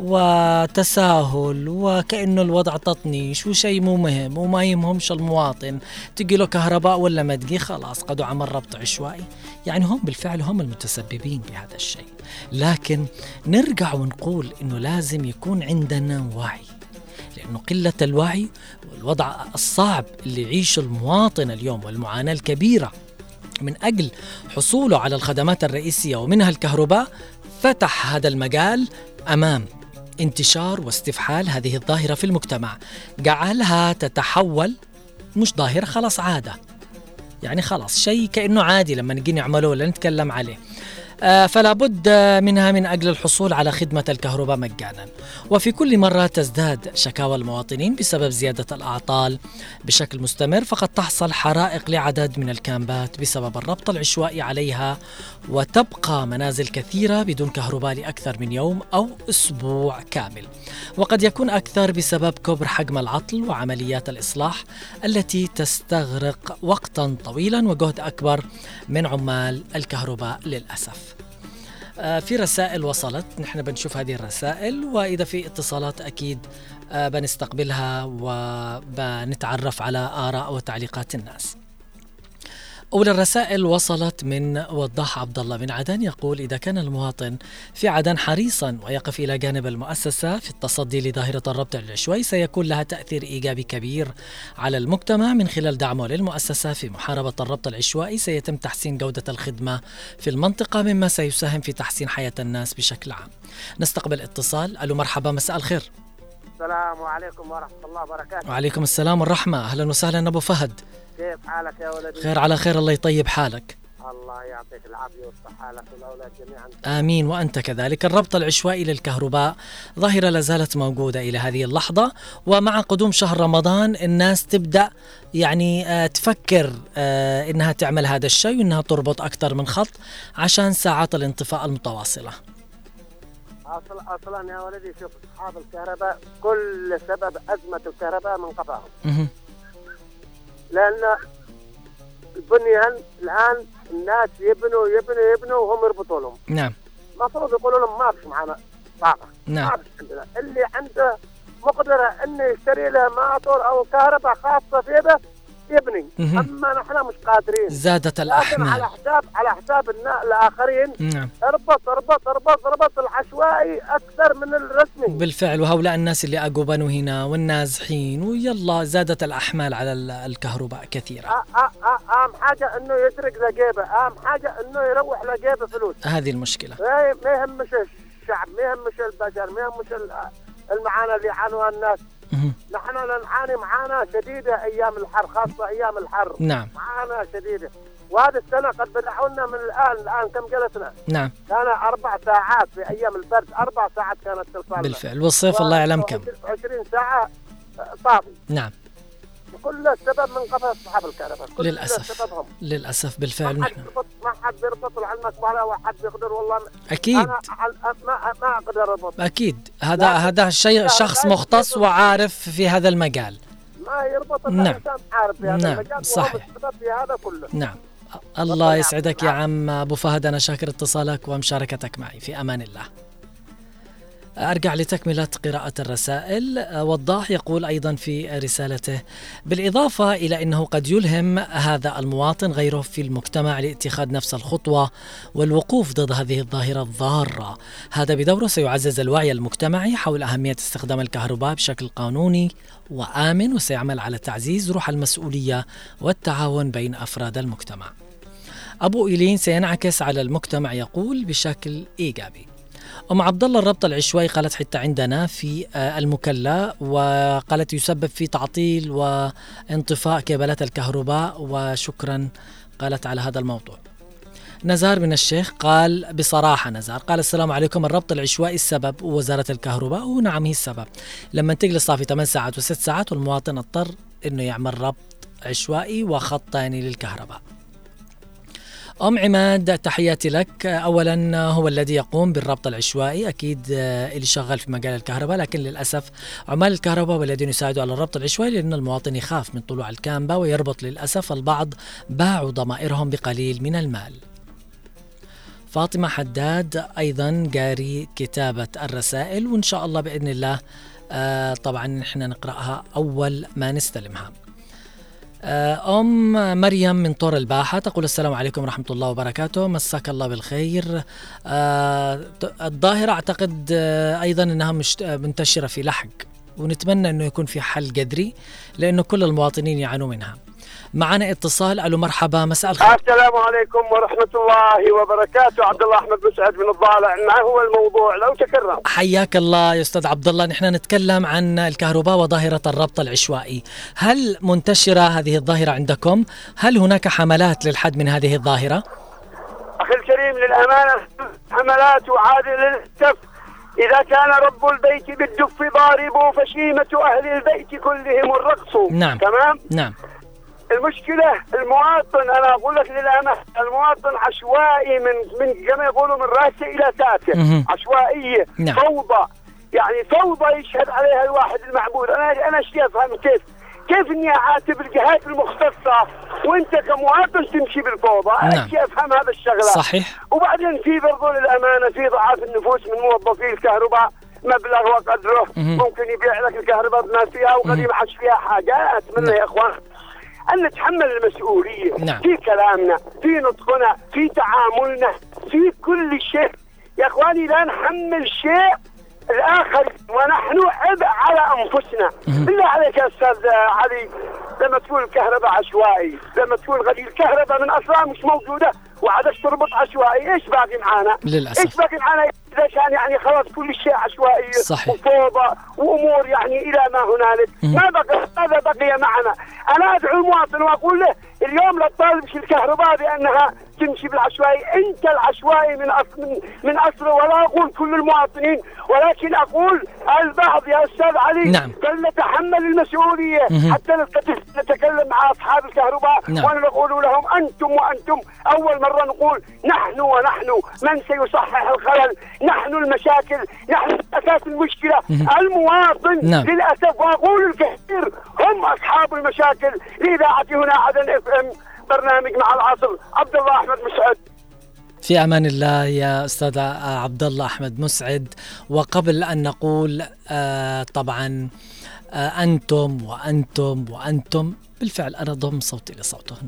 وتساهل وكأنه الوضع تطنيش وشيء مو مهم وما يهمهمش المواطن تجي له كهرباء ولا ما تجي خلاص قدوا عمل ربط عشوائي. يعني هم بالفعل هم المتسببين بهذا الشيء، لكن نرجع ونقول إنه لازم يكون عندنا وعي، لأنه قلة الوعي والوضع الصعب اللي يعيشه المواطن اليوم والمعاناة الكبيرة من أجل حصوله على الخدمات الرئيسية ومنها الكهرباء فتح هذا المجال أمام انتشار واستفحال هذه الظاهرة في المجتمع، جعلها تتحول مش ظاهرة خلاص عادة، يعني خلاص شيء كأنه عادي لما نجي نعمله ولا نتكلم عليه. فلا بد منها من أجل الحصول على خدمة الكهرباء مجانا. وفي كل مرة تزداد شكاوى المواطنين بسبب زيادة الأعطال بشكل مستمر، فقد تحصل حرائق لعدد من الكامبات بسبب الربط العشوائي عليها، وتبقى منازل كثيرة بدون كهرباء لأكثر من يوم أو أسبوع كامل، وقد يكون أكثر بسبب كبر حجم العطل وعمليات الإصلاح التي تستغرق وقتا طويلا وجهد أكبر من عمال الكهرباء للأسف. في رسائل وصلت، نحن بنشوف هذه الرسائل، وإذا في اتصالات أكيد بنستقبلها وبنتعرف على آراء وتعليقات الناس. أولى الرسائل وصلت من وضاح عبد الله من عدن، يقول: إذا كان المواطن في عدن حريصا ويقف إلى جانب المؤسسة في التصدي لظاهرة الربط العشوائي سيكون لها تأثير إيجابي كبير على المجتمع من خلال دعمه للمؤسسة في محاربة الربط العشوائي. سيتم تحسين جودة الخدمة في المنطقة مما سيساهم في تحسين حياة الناس بشكل عام. نستقبل اتصال. ألو مرحبا، مساء الخير. السلام عليكم ورحمة الله وبركاته. وعليكم السلام والرحمة، أهلا وسهلا أبو فهد. كيف حالك يا ولدي؟ خير على خير، الله يطيب حالك. الله يعطيك العافية والصحة لك والأولاد جميعا. آمين وأنت كذلك. الربط العشوائي للكهرباء ظاهرة لازالت موجودة إلى هذه اللحظة، ومع قدوم شهر رمضان الناس تبدأ يعني تفكر إنها تعمل هذا الشيء وإنها تربط أكثر من خط عشان ساعات الانطفاء المتواصلة. أصلا يا ولدي شوف، أصحاب الكهرباء كل سبب أزمة الكهرباء من قطعهم. لأن البنيان الآن الناس يبنوا وهم يربطوا لهم. نعم. المفروض يقولوا لهم ما فيش معنا طاقة. نعم. ما فيش عندنا. اللي عنده مقدرة إنه يشتري له ماطور أو كهرباء خاصة فيه يبني. أما نحن مش قادرين. زادت الأحمال. على حساب الآخرين. نعم. اربط العشوائي أكثر من الرسمي. بالفعل، وهؤلاء الناس اللي أقوبنوا هنا والنازحين ويلا زادت الأحمال على الكهرباء كثيرا. أهم حاجة إنه يسرق لجيبه، أهم حاجة إنه يروح لجيبه فلوس. هذه المشكلة. ما يهمش الشعب، ما يهمش البشر، ما يهمش المعاناة اللي يعانوها الناس. نحن نعاني معاناة شديدة أيام الحر، خاصة أيام الحر. نعم. معاناة شديدة. وهذه السنة قد بدأوا لنا من الآن كم جلسنا؟ نعم. كان 4 ساعات في أيام البرد، 4 ساعات كانت تلفالنا. بالفعل، والصيف الله يعلم كم. 20 ساعة طافي. نعم. كل السبب من قفص أصحاب الكهرباء. للأسف بالفعل. ما حد يربط لعلمك ولا واحد يقدر. والله أكيد. أنا ما أقدر أربط. أكيد. هذا شيء شخص مختص وعارف في هذا المجال. ما يربط نعم. الإنسان عارف في هذا المجال. صحيح. في هذا كله. نعم. الله يسعدك يا عم أبو فهد، أنا شاكر اتصالك ومشاركتك معي. في أمان الله. أرجع لتكملة قراءة الرسائل. وضاح يقول أيضا في رسالته: بالإضافة إلى أنه قد يلهم هذا المواطن غيره في المجتمع لاتخاذ نفس الخطوة والوقوف ضد هذه الظاهرة الضارة. هذا بدوره سيعزز الوعي المجتمعي حول أهمية استخدام الكهرباء بشكل قانوني وآمن، وسيعمل على تعزيز روح المسؤولية والتعاون بين أفراد المجتمع. أبو إيلين سينعكس على المجتمع يقول بشكل إيجابي. أم عبد الله: الربط العشوائي قالت حتى عندنا في المكلا، وقالت يسبب في تعطيل وانطفاء كابلات الكهرباء، وشكرا قالت على هذا الموضوع. نزار من الشيخ قال: بصراحة نزار قال: السلام عليكم، الربط العشوائي السبب وزارة الكهرباء، ونعم هي السبب. لما تجلس صافي 8 ساعات و6 ساعات والمواطن اضطر انه يعمل ربط عشوائي وخط ثاني للكهرباء. أم عماد: تحياتي لك. أولا هو الذي يقوم بالربط العشوائي أكيد اللي شغال في مجال الكهرباء، لكن للأسف عمال الكهرباء والذين يساعدوا على الربط العشوائي، لأن المواطن يخاف من طلوع الكامبا ويربط. للأسف البعض باعوا ضمائرهم بقليل من المال. فاطمة حداد أيضا قاري كتابة الرسائل، وإن شاء الله بإذن الله طبعا نحن نقرأها أول ما نستلمها. أم مريم من طور الباحة تقول: السلام عليكم ورحمة الله وبركاته، مساك الله بالخير. الظاهرة أعتقد أيضا أنها منتشرة في لحق، ونتمنى أنه يكون في حل جذري لأنه كل المواطنين يعانوا منها. معنا اتصال. ألو مرحبا، مساء الخير. السلام عليكم ورحمة الله وبركاته. عبد الله أحمد مسعد من الضالع. ما هو الموضوع لو تكرم؟ حياك الله يا أستاذ عبد الله. نحن نتكلم عن الكهرباء وظاهرة الربط العشوائي. هل منتشرة هذه الظاهرة عندكم؟ هل هناك حملات للحد من هذه الظاهرة؟ أخي الكريم، للأمانة حملات، وعاد للأسف إذا كان رب البيت بالدف ضارب فشيمة أهل البيت كلهم الرقص. نعم. تمام؟ نعم. المشكلة المواطن، أنا أقول لك للأمانة، المواطن عشوائي من كما يقولوا من رأسه إلى ساكن. عشوائية. نعم. فوضى، يعني فوضى يشهد عليها الواحد المعبود. أنا شيء أفهم كيف إني أعاتب الجهات المختصة وأنت كمواطن تمشي بالفوضى. أنا شيء أفهم هذا الشغلة. صحيح. وبعدين في برضو للأمانة في ضعاف النفوس من موظفي الكهرباء، مبلغ وقدره، ممكن يبيع لك الكهرباء بما فيها وقد يبحث فيها حاجات. أتمنى يا إخوان أن نتحمل المسؤولية. نعم. في كلامنا، في نطقنا، في تعاملنا، في كل شيء. يا إخواني لا نحمل شيء الآخر ونحن عبء على أنفسنا. بالله عليك يا أستاذ علي، لما تكون الكهرباء عشوائي، لما تكون غدير الكهرباء من أصلا مش موجودة وعادش تربط عشوائي، إيش باقي معانا؟ للأسف. إيش باقي معانا إذا كان يعني خلاص كل شيء عشوائي صحيح. وفوضى وأمور يعني إلى ما هنالك. ماذا بقي معنا؟ أنا أدعو المواطن وأقول له اليوم لا تطالبش الكهرباء بأنها تمشي بالعشوائي، أنت العشوائي من أصله، ولا أقول كل المواطنين، ولكن أقول البعض يا أستاذ علي. نعم. فلنتحمل المسؤولية حتى نتكلم مع أصحاب الكهرباء. نعم. ونقول لهم أنتم أول مرة نقول ونحن من سيصحح الخلل، نحن المشاكل، نحن أساس المشكلة. المواطن نعم. للأسف، وأقول الكثير هم أصحاب المشاكل. لإذاعة هنا عدن FM برنامج مع العصر، عبد الله أحمد مسعد. في أمان الله يا أستاذ عبد الله أحمد مسعد. وقبل أن نقول طبعا أنتم بالفعل أنا ضم صوتي لصوتهم.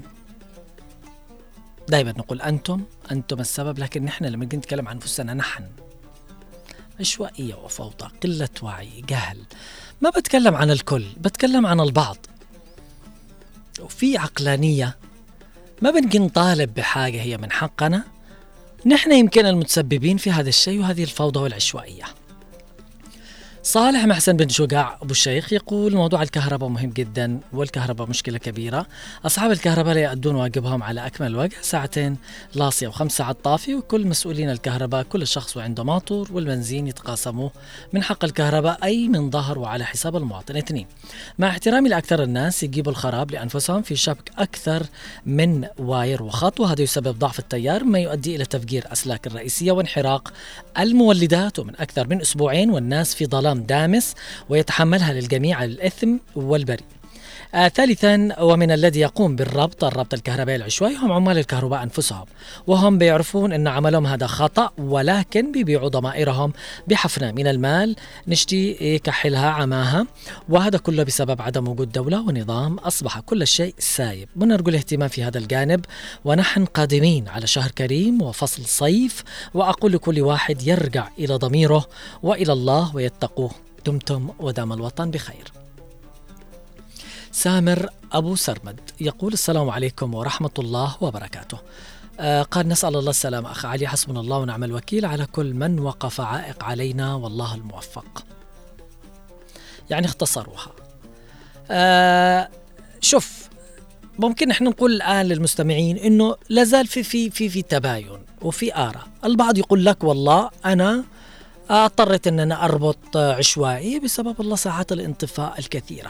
دائما نقول أنتم السبب، لكن نحن لما نتكلم عن أنفسنا نحن عشوائية وفوضى، قلة وعي، جهل. ما بتكلم عن الكل، بتكلم عن البعض. وفي عقلانية ما بنجي نطالب بحاجة هي من حقنا، نحن يمكن المتسببين في هذا الشيء وهذه الفوضى والعشوائية. صالح محسن بن شجاع أبو الشيخ يقول موضوع الكهرباء مهم جدا، والكهرباء مشكلة كبيرة. أصحاب الكهرباء لا يؤدون واجبهم على أكمل وجه، ساعتين لاصية و5 ساعات طافي، وكل مسؤولين الكهرباء كل شخص وعنده ماطور، والبنزين يتقاسموه من حق الكهرباء أي من ظهر وعلى حساب المواطن. 2 مع احترامي لأكثر الناس يجيبوا الخراب لأنفسهم في شبك أكثر من واير وخط، وهذا يسبب ضعف التيار ما يؤدي إلى تفجير أسلاك الرئيسية وانحراق المولدات، ومن أكثر من أسبوعين والناس في ظلام دامس ويتحملها للجميع الإثم والبريء. 3 ومن الذي يقوم بالربط الكهربائي العشوائي هم عمال الكهرباء أنفسهم، وهم بيعرفون أن عملهم هذا خطأ، ولكن بيبيعوا ضمائرهم بحفنة من المال نشتي يكحلها عماها، وهذا كله بسبب عدم وجود دولة ونظام. أصبح كل شيء سايب. بنرجو الاهتمام في هذا الجانب، ونحن قادمين على شهر كريم وفصل صيف، وأقول لكل واحد يرجع إلى ضميره وإلى الله ويتقوه. دمتم ودام الوطن بخير. سامر أبو سرمد يقول السلام عليكم ورحمة الله وبركاته. قال نسأل الله السلامة أخ علي، حسبنا الله ونعم الوكيل على كل من وقف عائق علينا والله الموفق. يعني اختصروها. شوف، ممكن نحن نقول الآن للمستمعين إنه لازال في تباين وفي آراء. البعض يقول لك والله أنا اضطريت أن أنا أربط عشوائي بسبب الله ساعات الانطفاء الكثيرة.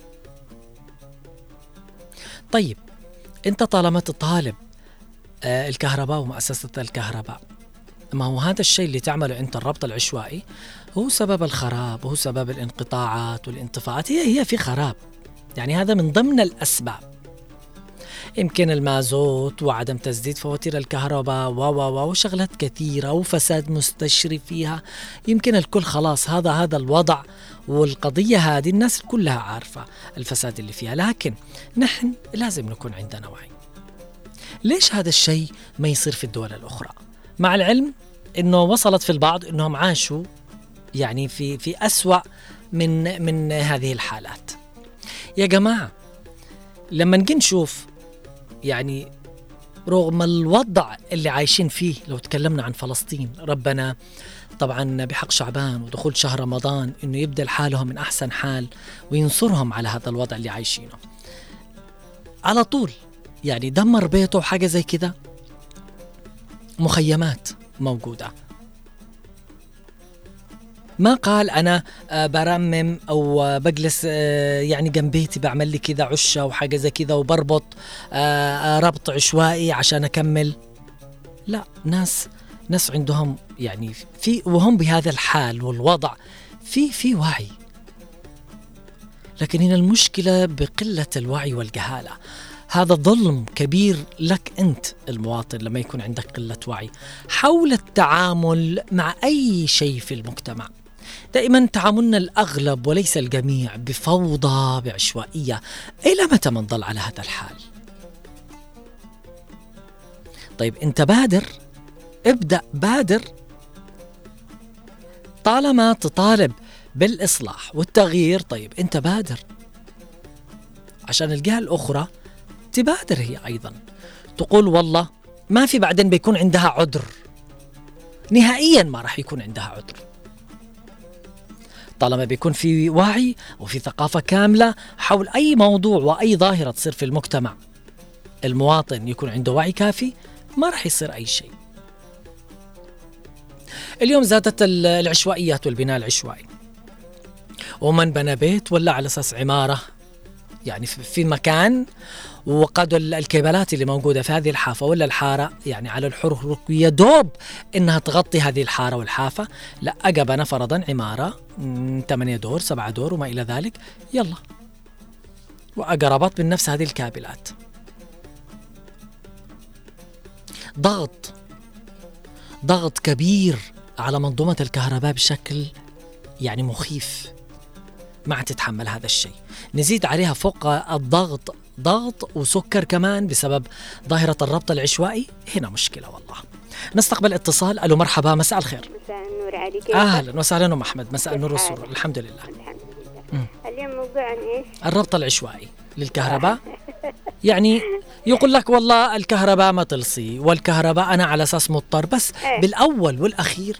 طيب أنت طالما تطالب الكهرباء ومؤسسة الكهرباء، ما هو هذا الشيء اللي تعمله أنت الربط العشوائي هو سبب الخراب، هو سبب الانقطاعات والانطفاءات. هي في خراب، يعني هذا من ضمن الأسباب. يمكن المازوت وعدم تسديد فواتير الكهرباء وشغلات كثيرة وفساد مستشري فيها. يمكن الكل خلاص هذا الوضع والقضية هذه الناس كلها عارفة الفساد اللي فيها، لكن نحن لازم نكون عندنا وعي. ليش هذا الشيء ما يصير في الدول الأخرى؟ مع العلم إنه وصلت في البعض إنهم عاشوا يعني في أسوأ من هذه الحالات. يا جماعة لما نجي نشوف يعني رغم الوضع اللي عايشين فيه، لو تكلمنا عن فلسطين، ربنا طبعا بحق شعبان ودخول شهر رمضان إنه يبدأ حالهم من أحسن حال وينصرهم على هذا الوضع اللي عايشينه. على طول يعني دمر بيته وحاجة زي كده، مخيمات موجودة. ما قال أنا برمم أو بجلس يعني جنب بيتي بعمل لي كذا عشة وحاجة زي كذا وبربط ربط عشوائي عشان أكمل. لا، ناس عندهم يعني في وهم بهذا الحال والوضع في وعي، لكن هنا المشكلة بقلة الوعي والجهالة. هذا ظلم كبير لك أنت المواطن لما يكون عندك قلة وعي حول التعامل مع أي شيء في المجتمع. دائما تعاملنا الأغلب وليس الجميع بفوضى بعشوائية. إلى متى منظل على هذا الحال؟ طيب أنت بادر، ابدأ بادر. طالما تطالب بالإصلاح والتغيير، طيب أنت بادر عشان الجهة الأخرى تبادر هي أيضا، تقول والله ما في، بعدين بيكون عندها عذر، نهائيا ما راح يكون عندها عذر طالما بيكون في وعي وفي ثقافة كاملة حول أي موضوع وأي ظاهرة تصير في المجتمع. المواطن يكون عنده وعي كافي، ما راح يصير أي شيء. اليوم زادت العشوائيات والبناء العشوائي، ومن بنى بيت ولا على أساس عمارة يعني في مكان، وقد الكيبلات اللي موجودة في هذه الحافة ولا الحارة يعني على الحركرك يدوب إنها تغطي هذه الحارة والحافة، لا أجبنا فرضا عمارة 8 دور 7 دور وما إلى ذلك، يلا وأقربت من نفس هذه الكابلات. ضغط كبير على منظومة الكهرباء بشكل يعني مخيف، ما تتحمل هذا الشيء. نزيد عليها فوق الضغط ضغط وسكر كمان بسبب ظاهرة الربط العشوائي، هنا مشكلة والله. نستقبل اتصال. ألو مرحبا، مساء الخير. مساء النور عليك. أهلا وسهلا أم أحمد، مساء النور والسرور. الحمد لله. اليوم موضوع عن إيش؟ الربط العشوائي للكهرباء. يعني يقول لك والله الكهرباء ما تلصي، والكهرباء أنا على أساس مضطر، بس بالأول والأخير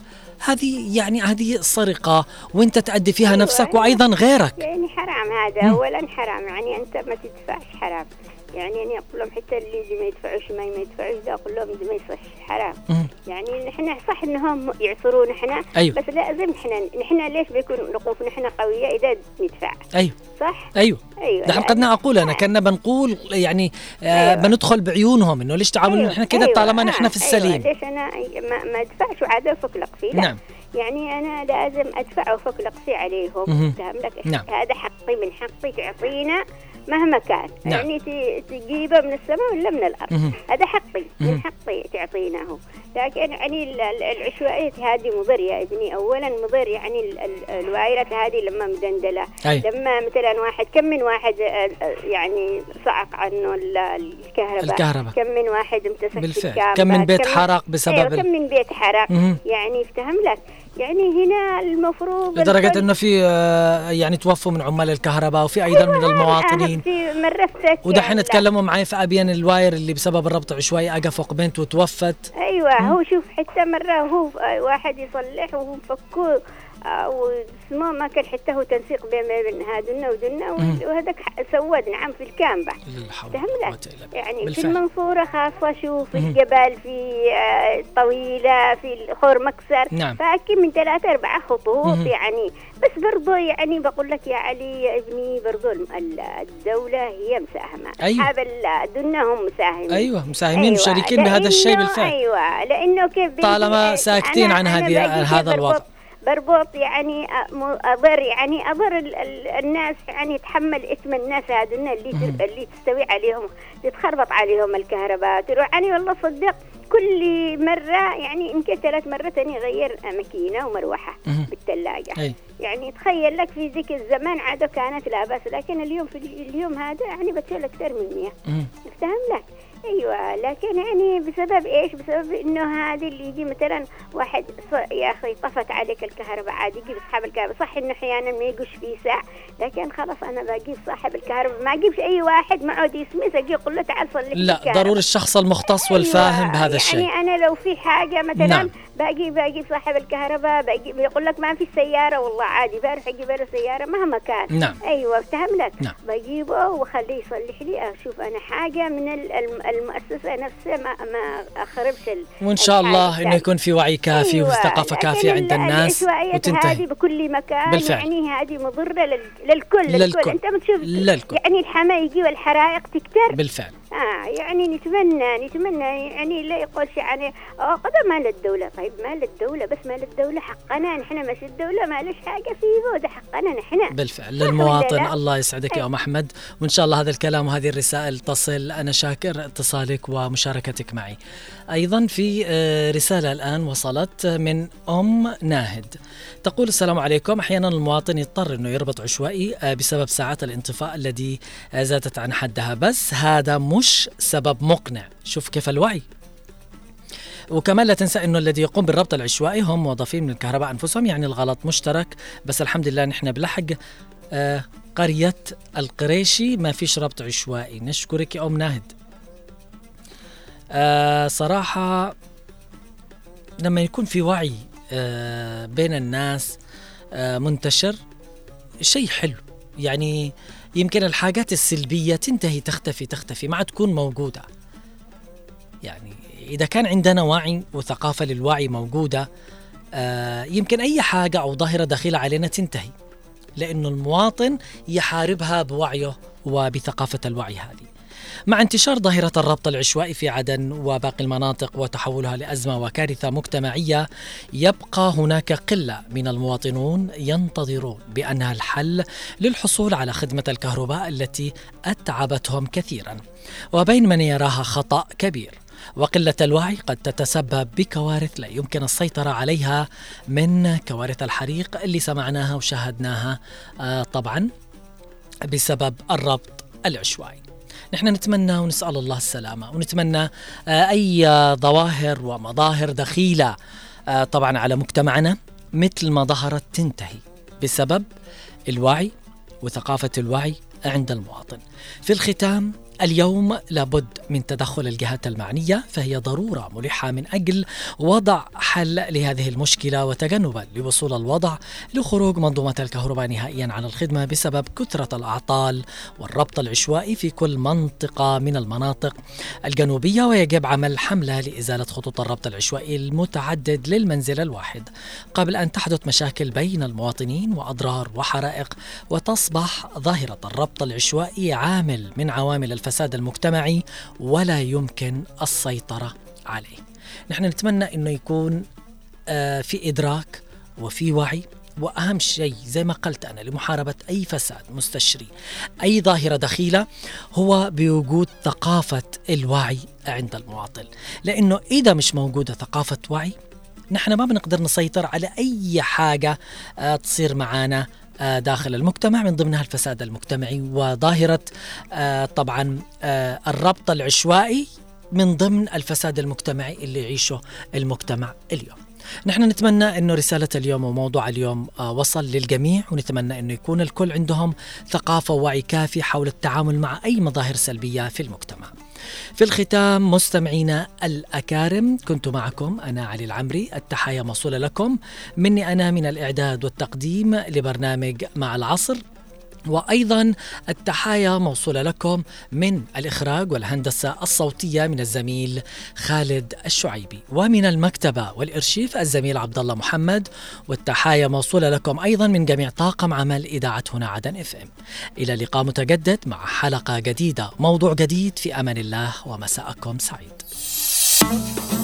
هذه سرقة، وانت تأدي فيها نفسك وأيضا غيرك. يعني حرام هذا. أولا حرام، يعني أنت ما تدفعش، حرام. يعني أنا أقول لهم حتى اللي ما يدفعوش ما يدفعوش، ده أقول لهم ما يصح، حرام. يعني نحن صح إنهم يعصرون إحنا، أيوه. بس لازم نحن ليش بيكون نقوف نحن قوية إذا ندفع؟ أيوه صح. أيوه. ده قدنا أقول أنا كنا بنقول يعني بندخل بعيونهم إنه ليش تعاملنا نحن كده طالما نحن في السليم. ليش أنا ما أدفعش وعاد أفك فيه؟ لا. نعم. يعني أنا لازم أدفع وفك لقصي عليهم. فهم لك. نعم. هذا حقي، من حقي تعطينا مهما كان. نعم. يعني تجيبه من السماء ولا من الأرض. هذا حقي، من حقي تعطيناه. لكن يعني العشوائية هذه مضر يا ابني. أولا مضر، يعني الوايرات هذه لما مدندلة، لما مثلا كم من واحد يعني صعق عنه الكهرباء. كم من واحد امتسك بالفعل، كم من بيت حرق بسبب كم من بيت حرق. يعني افتهم لك، يعني هنا المفروض لدرجة انه في يعني توفوا من عمال الكهرباء، وفي ايضا من المواطنين. ودحين تكلموا معي في ابين الواير اللي بسبب الربط العشوائي اجى فوق بنت وتوفت. ايوه. هو شوف حتى مرة هو واحد يصلح وهم فكوه واسمه ما كان حتى هو تنسيق بين هادنا ودنا، وهذاك سود نعم في الكامبة. يعني بالفعل. في المنصورة خاصة، شوف في الجبل، في طويلة، في الخور مكسر. نعم. فأكيد من 3-4 خطوط. يعني بس برضو يعني بقول لك يا علي يا ابني، برضو الدولة هي مساهمة. أيوة. أصحاب الدنيا هم مساهمين. أيوة مساهمين. أيوة. مشاركين بهذا الشيء بالفعل. أيوة. لأنه كيف طالما ساكتين عن هذا الوضع. بربط يعني أضر الناس، يعني يتحمل اسم الناس هذون اللي تستوي عليهم، تتخربط عليهم الكهرباء، تروح. يعني والله صدق كل مرة يعني يمكن 3 مرات يغير ماكينة ومروحة بالثلاجة. يعني تخيل لك في ذيك الزمان عادة كانت لا بأس، لكن اليوم هذا يعني بتشيل أكثر من 100. افتهم لك. ايوه. لكن يعني بسبب ايش؟ بسبب انه هذه اللي يجي مثلا واحد يا اخي طفت عليك الكهرباء، عادي يجيب اصحاب الكهرباء. صح انه احيانا ما يجوش فيه ساعه، لكن خلاص انا بجيب صاحب الكهرباء، ما اجيبش اي واحد معه يسمس اجي اقول له تعال صلح لي لا الكهرباء. ضروري الشخص المختص والفاهم بهذا الشيء. يعني انا لو في حاجه مثلا نعم. بجيب صاحب الكهرباء، بيقول لك ما في سياره، والله عادي بروح اجيب له سياره مهما كان. نعم. ايوه افتهم لك. نعم. بجيبه واخليه يصلح لي. اشوف انا حاجه من المؤسسه نفسها ما اخربش. وان شاء الله انه يكون في وعي كافي. أيوة. وثقافه كافيه عند الناس وتنتهي. هذه بكل مكان بالفعل. يعني هذه مضره للكل. انت بتشوف يعني الحماة يجي والحرائق تكتر بالفعل. يعني نتمنى يعني لا يقولش يعني قدر مال الدولة. طيب مال الدولة، بس مال الدولة حقنا نحن، مش الدولة ما لش حاجة فيه، ده حقنا نحن بالفعل للمواطن. الله يسعدك يا أم أحمد، وإن شاء الله هذا الكلام وهذه الرسائل تصل. أنا شاكر اتصالك ومشاركتك معي. أيضا في رسالة الآن وصلت من أم ناهد تقول: السلام عليكم. أحيانا المواطن يضطر أنه يربط عشوائي بسبب ساعات الانطفاء الذي زادت عن حدها، بس هذا مش سبب مقنع. شوف كيف الوعي. وكمان لا تنسى أنه الذي يقوم بالربط العشوائي هم موظفين من الكهرباء أنفسهم، يعني الغلط مشترك. بس الحمد لله نحن بلحق قرية القريشي ما فيش ربط عشوائي. نشكرك يا أم ناهد. صراحة لما يكون في وعي بين الناس منتشر شيء حلو، يعني يمكن الحاجات السلبية تنتهي، تختفي ما عاد تكون موجودة. يعني إذا كان عندنا وعي وثقافة للوعي موجودة، يمكن أي حاجة أو ظاهرة داخلة علينا تنتهي، لأنه المواطن يحاربها بوعيه وبثقافة الوعي هذه. مع انتشار ظاهرة الربط العشوائي في عدن وباقي المناطق وتحولها لأزمة وكارثة مجتمعية، يبقى هناك قلة من المواطنون ينتظرون بأنها الحل للحصول على خدمة الكهرباء التي أتعبتهم كثيرا، وبين من يراها خطأ كبير. وقلة الوعي قد تتسبب بكوارث لا يمكن السيطرة عليها، من كوارث الحريق اللي سمعناها وشاهدناها طبعا بسبب الربط العشوائي. نحن نتمنى ونسأل الله السلامة، ونتمنى أي ظواهر ومظاهر دخيلة طبعا على مجتمعنا مثل ما ظهرت تنتهي بسبب الوعي وثقافة الوعي عند المواطن. في الختام، اليوم لابد من تدخل الجهات المعنية، فهي ضرورة ملحة من أجل وضع حل لهذه المشكلة، وتجنبا لوصول الوضع لخروج منظومة الكهرباء نهائيا عن الخدمة بسبب كثرة الأعطال والربط العشوائي في كل منطقة من المناطق الجنوبية. ويجب عمل حملة لإزالة خطوط الربط العشوائي المتعدد للمنزل الواحد قبل أن تحدث مشاكل بين المواطنين وأضرار وحرائق، وتصبح ظاهرة الربط العشوائي عامل من عوامل الفساد المجتمعي ولا يمكن السيطرة عليه. نحن نتمنى أنه يكون في إدراك وفي وعي، وأهم شيء زي ما قلت أنا لمحاربة أي فساد مستشري، أي ظاهرة دخيلة، هو بوجود ثقافة الوعي عند المواطن. لأنه إذا مش موجودة ثقافة وعي، نحن ما بنقدر نسيطر على أي حاجة تصير معانا داخل المجتمع، من ضمنها الفساد المجتمعي وظاهرة طبعا الربط العشوائي من ضمن الفساد المجتمعي اللي يعيشه المجتمع اليوم. نحن نتمنى أنه رسالة اليوم وموضوع اليوم وصل للجميع، ونتمنى أنه يكون الكل عندهم ثقافة ووعي كافي حول التعامل مع أي مظاهر سلبية في المجتمع. في الختام مستمعينا الأكارم، كنت معكم أنا علي العمري. التحايا موصولة لكم مني أنا من الإعداد والتقديم لبرنامج مع العصر، وأيضا التحايا موصولة لكم من الإخراج والهندسة الصوتية من الزميل خالد الشعيبي، ومن المكتبة والإرشيف الزميل عبد الله محمد. والتحايا موصولة لكم أيضا من جميع طاقم عمل إذاعة هنا عدن FM. إلى لقاء متجدد مع حلقة جديدة، موضوع جديد، في أمان الله، ومساءكم سعيد.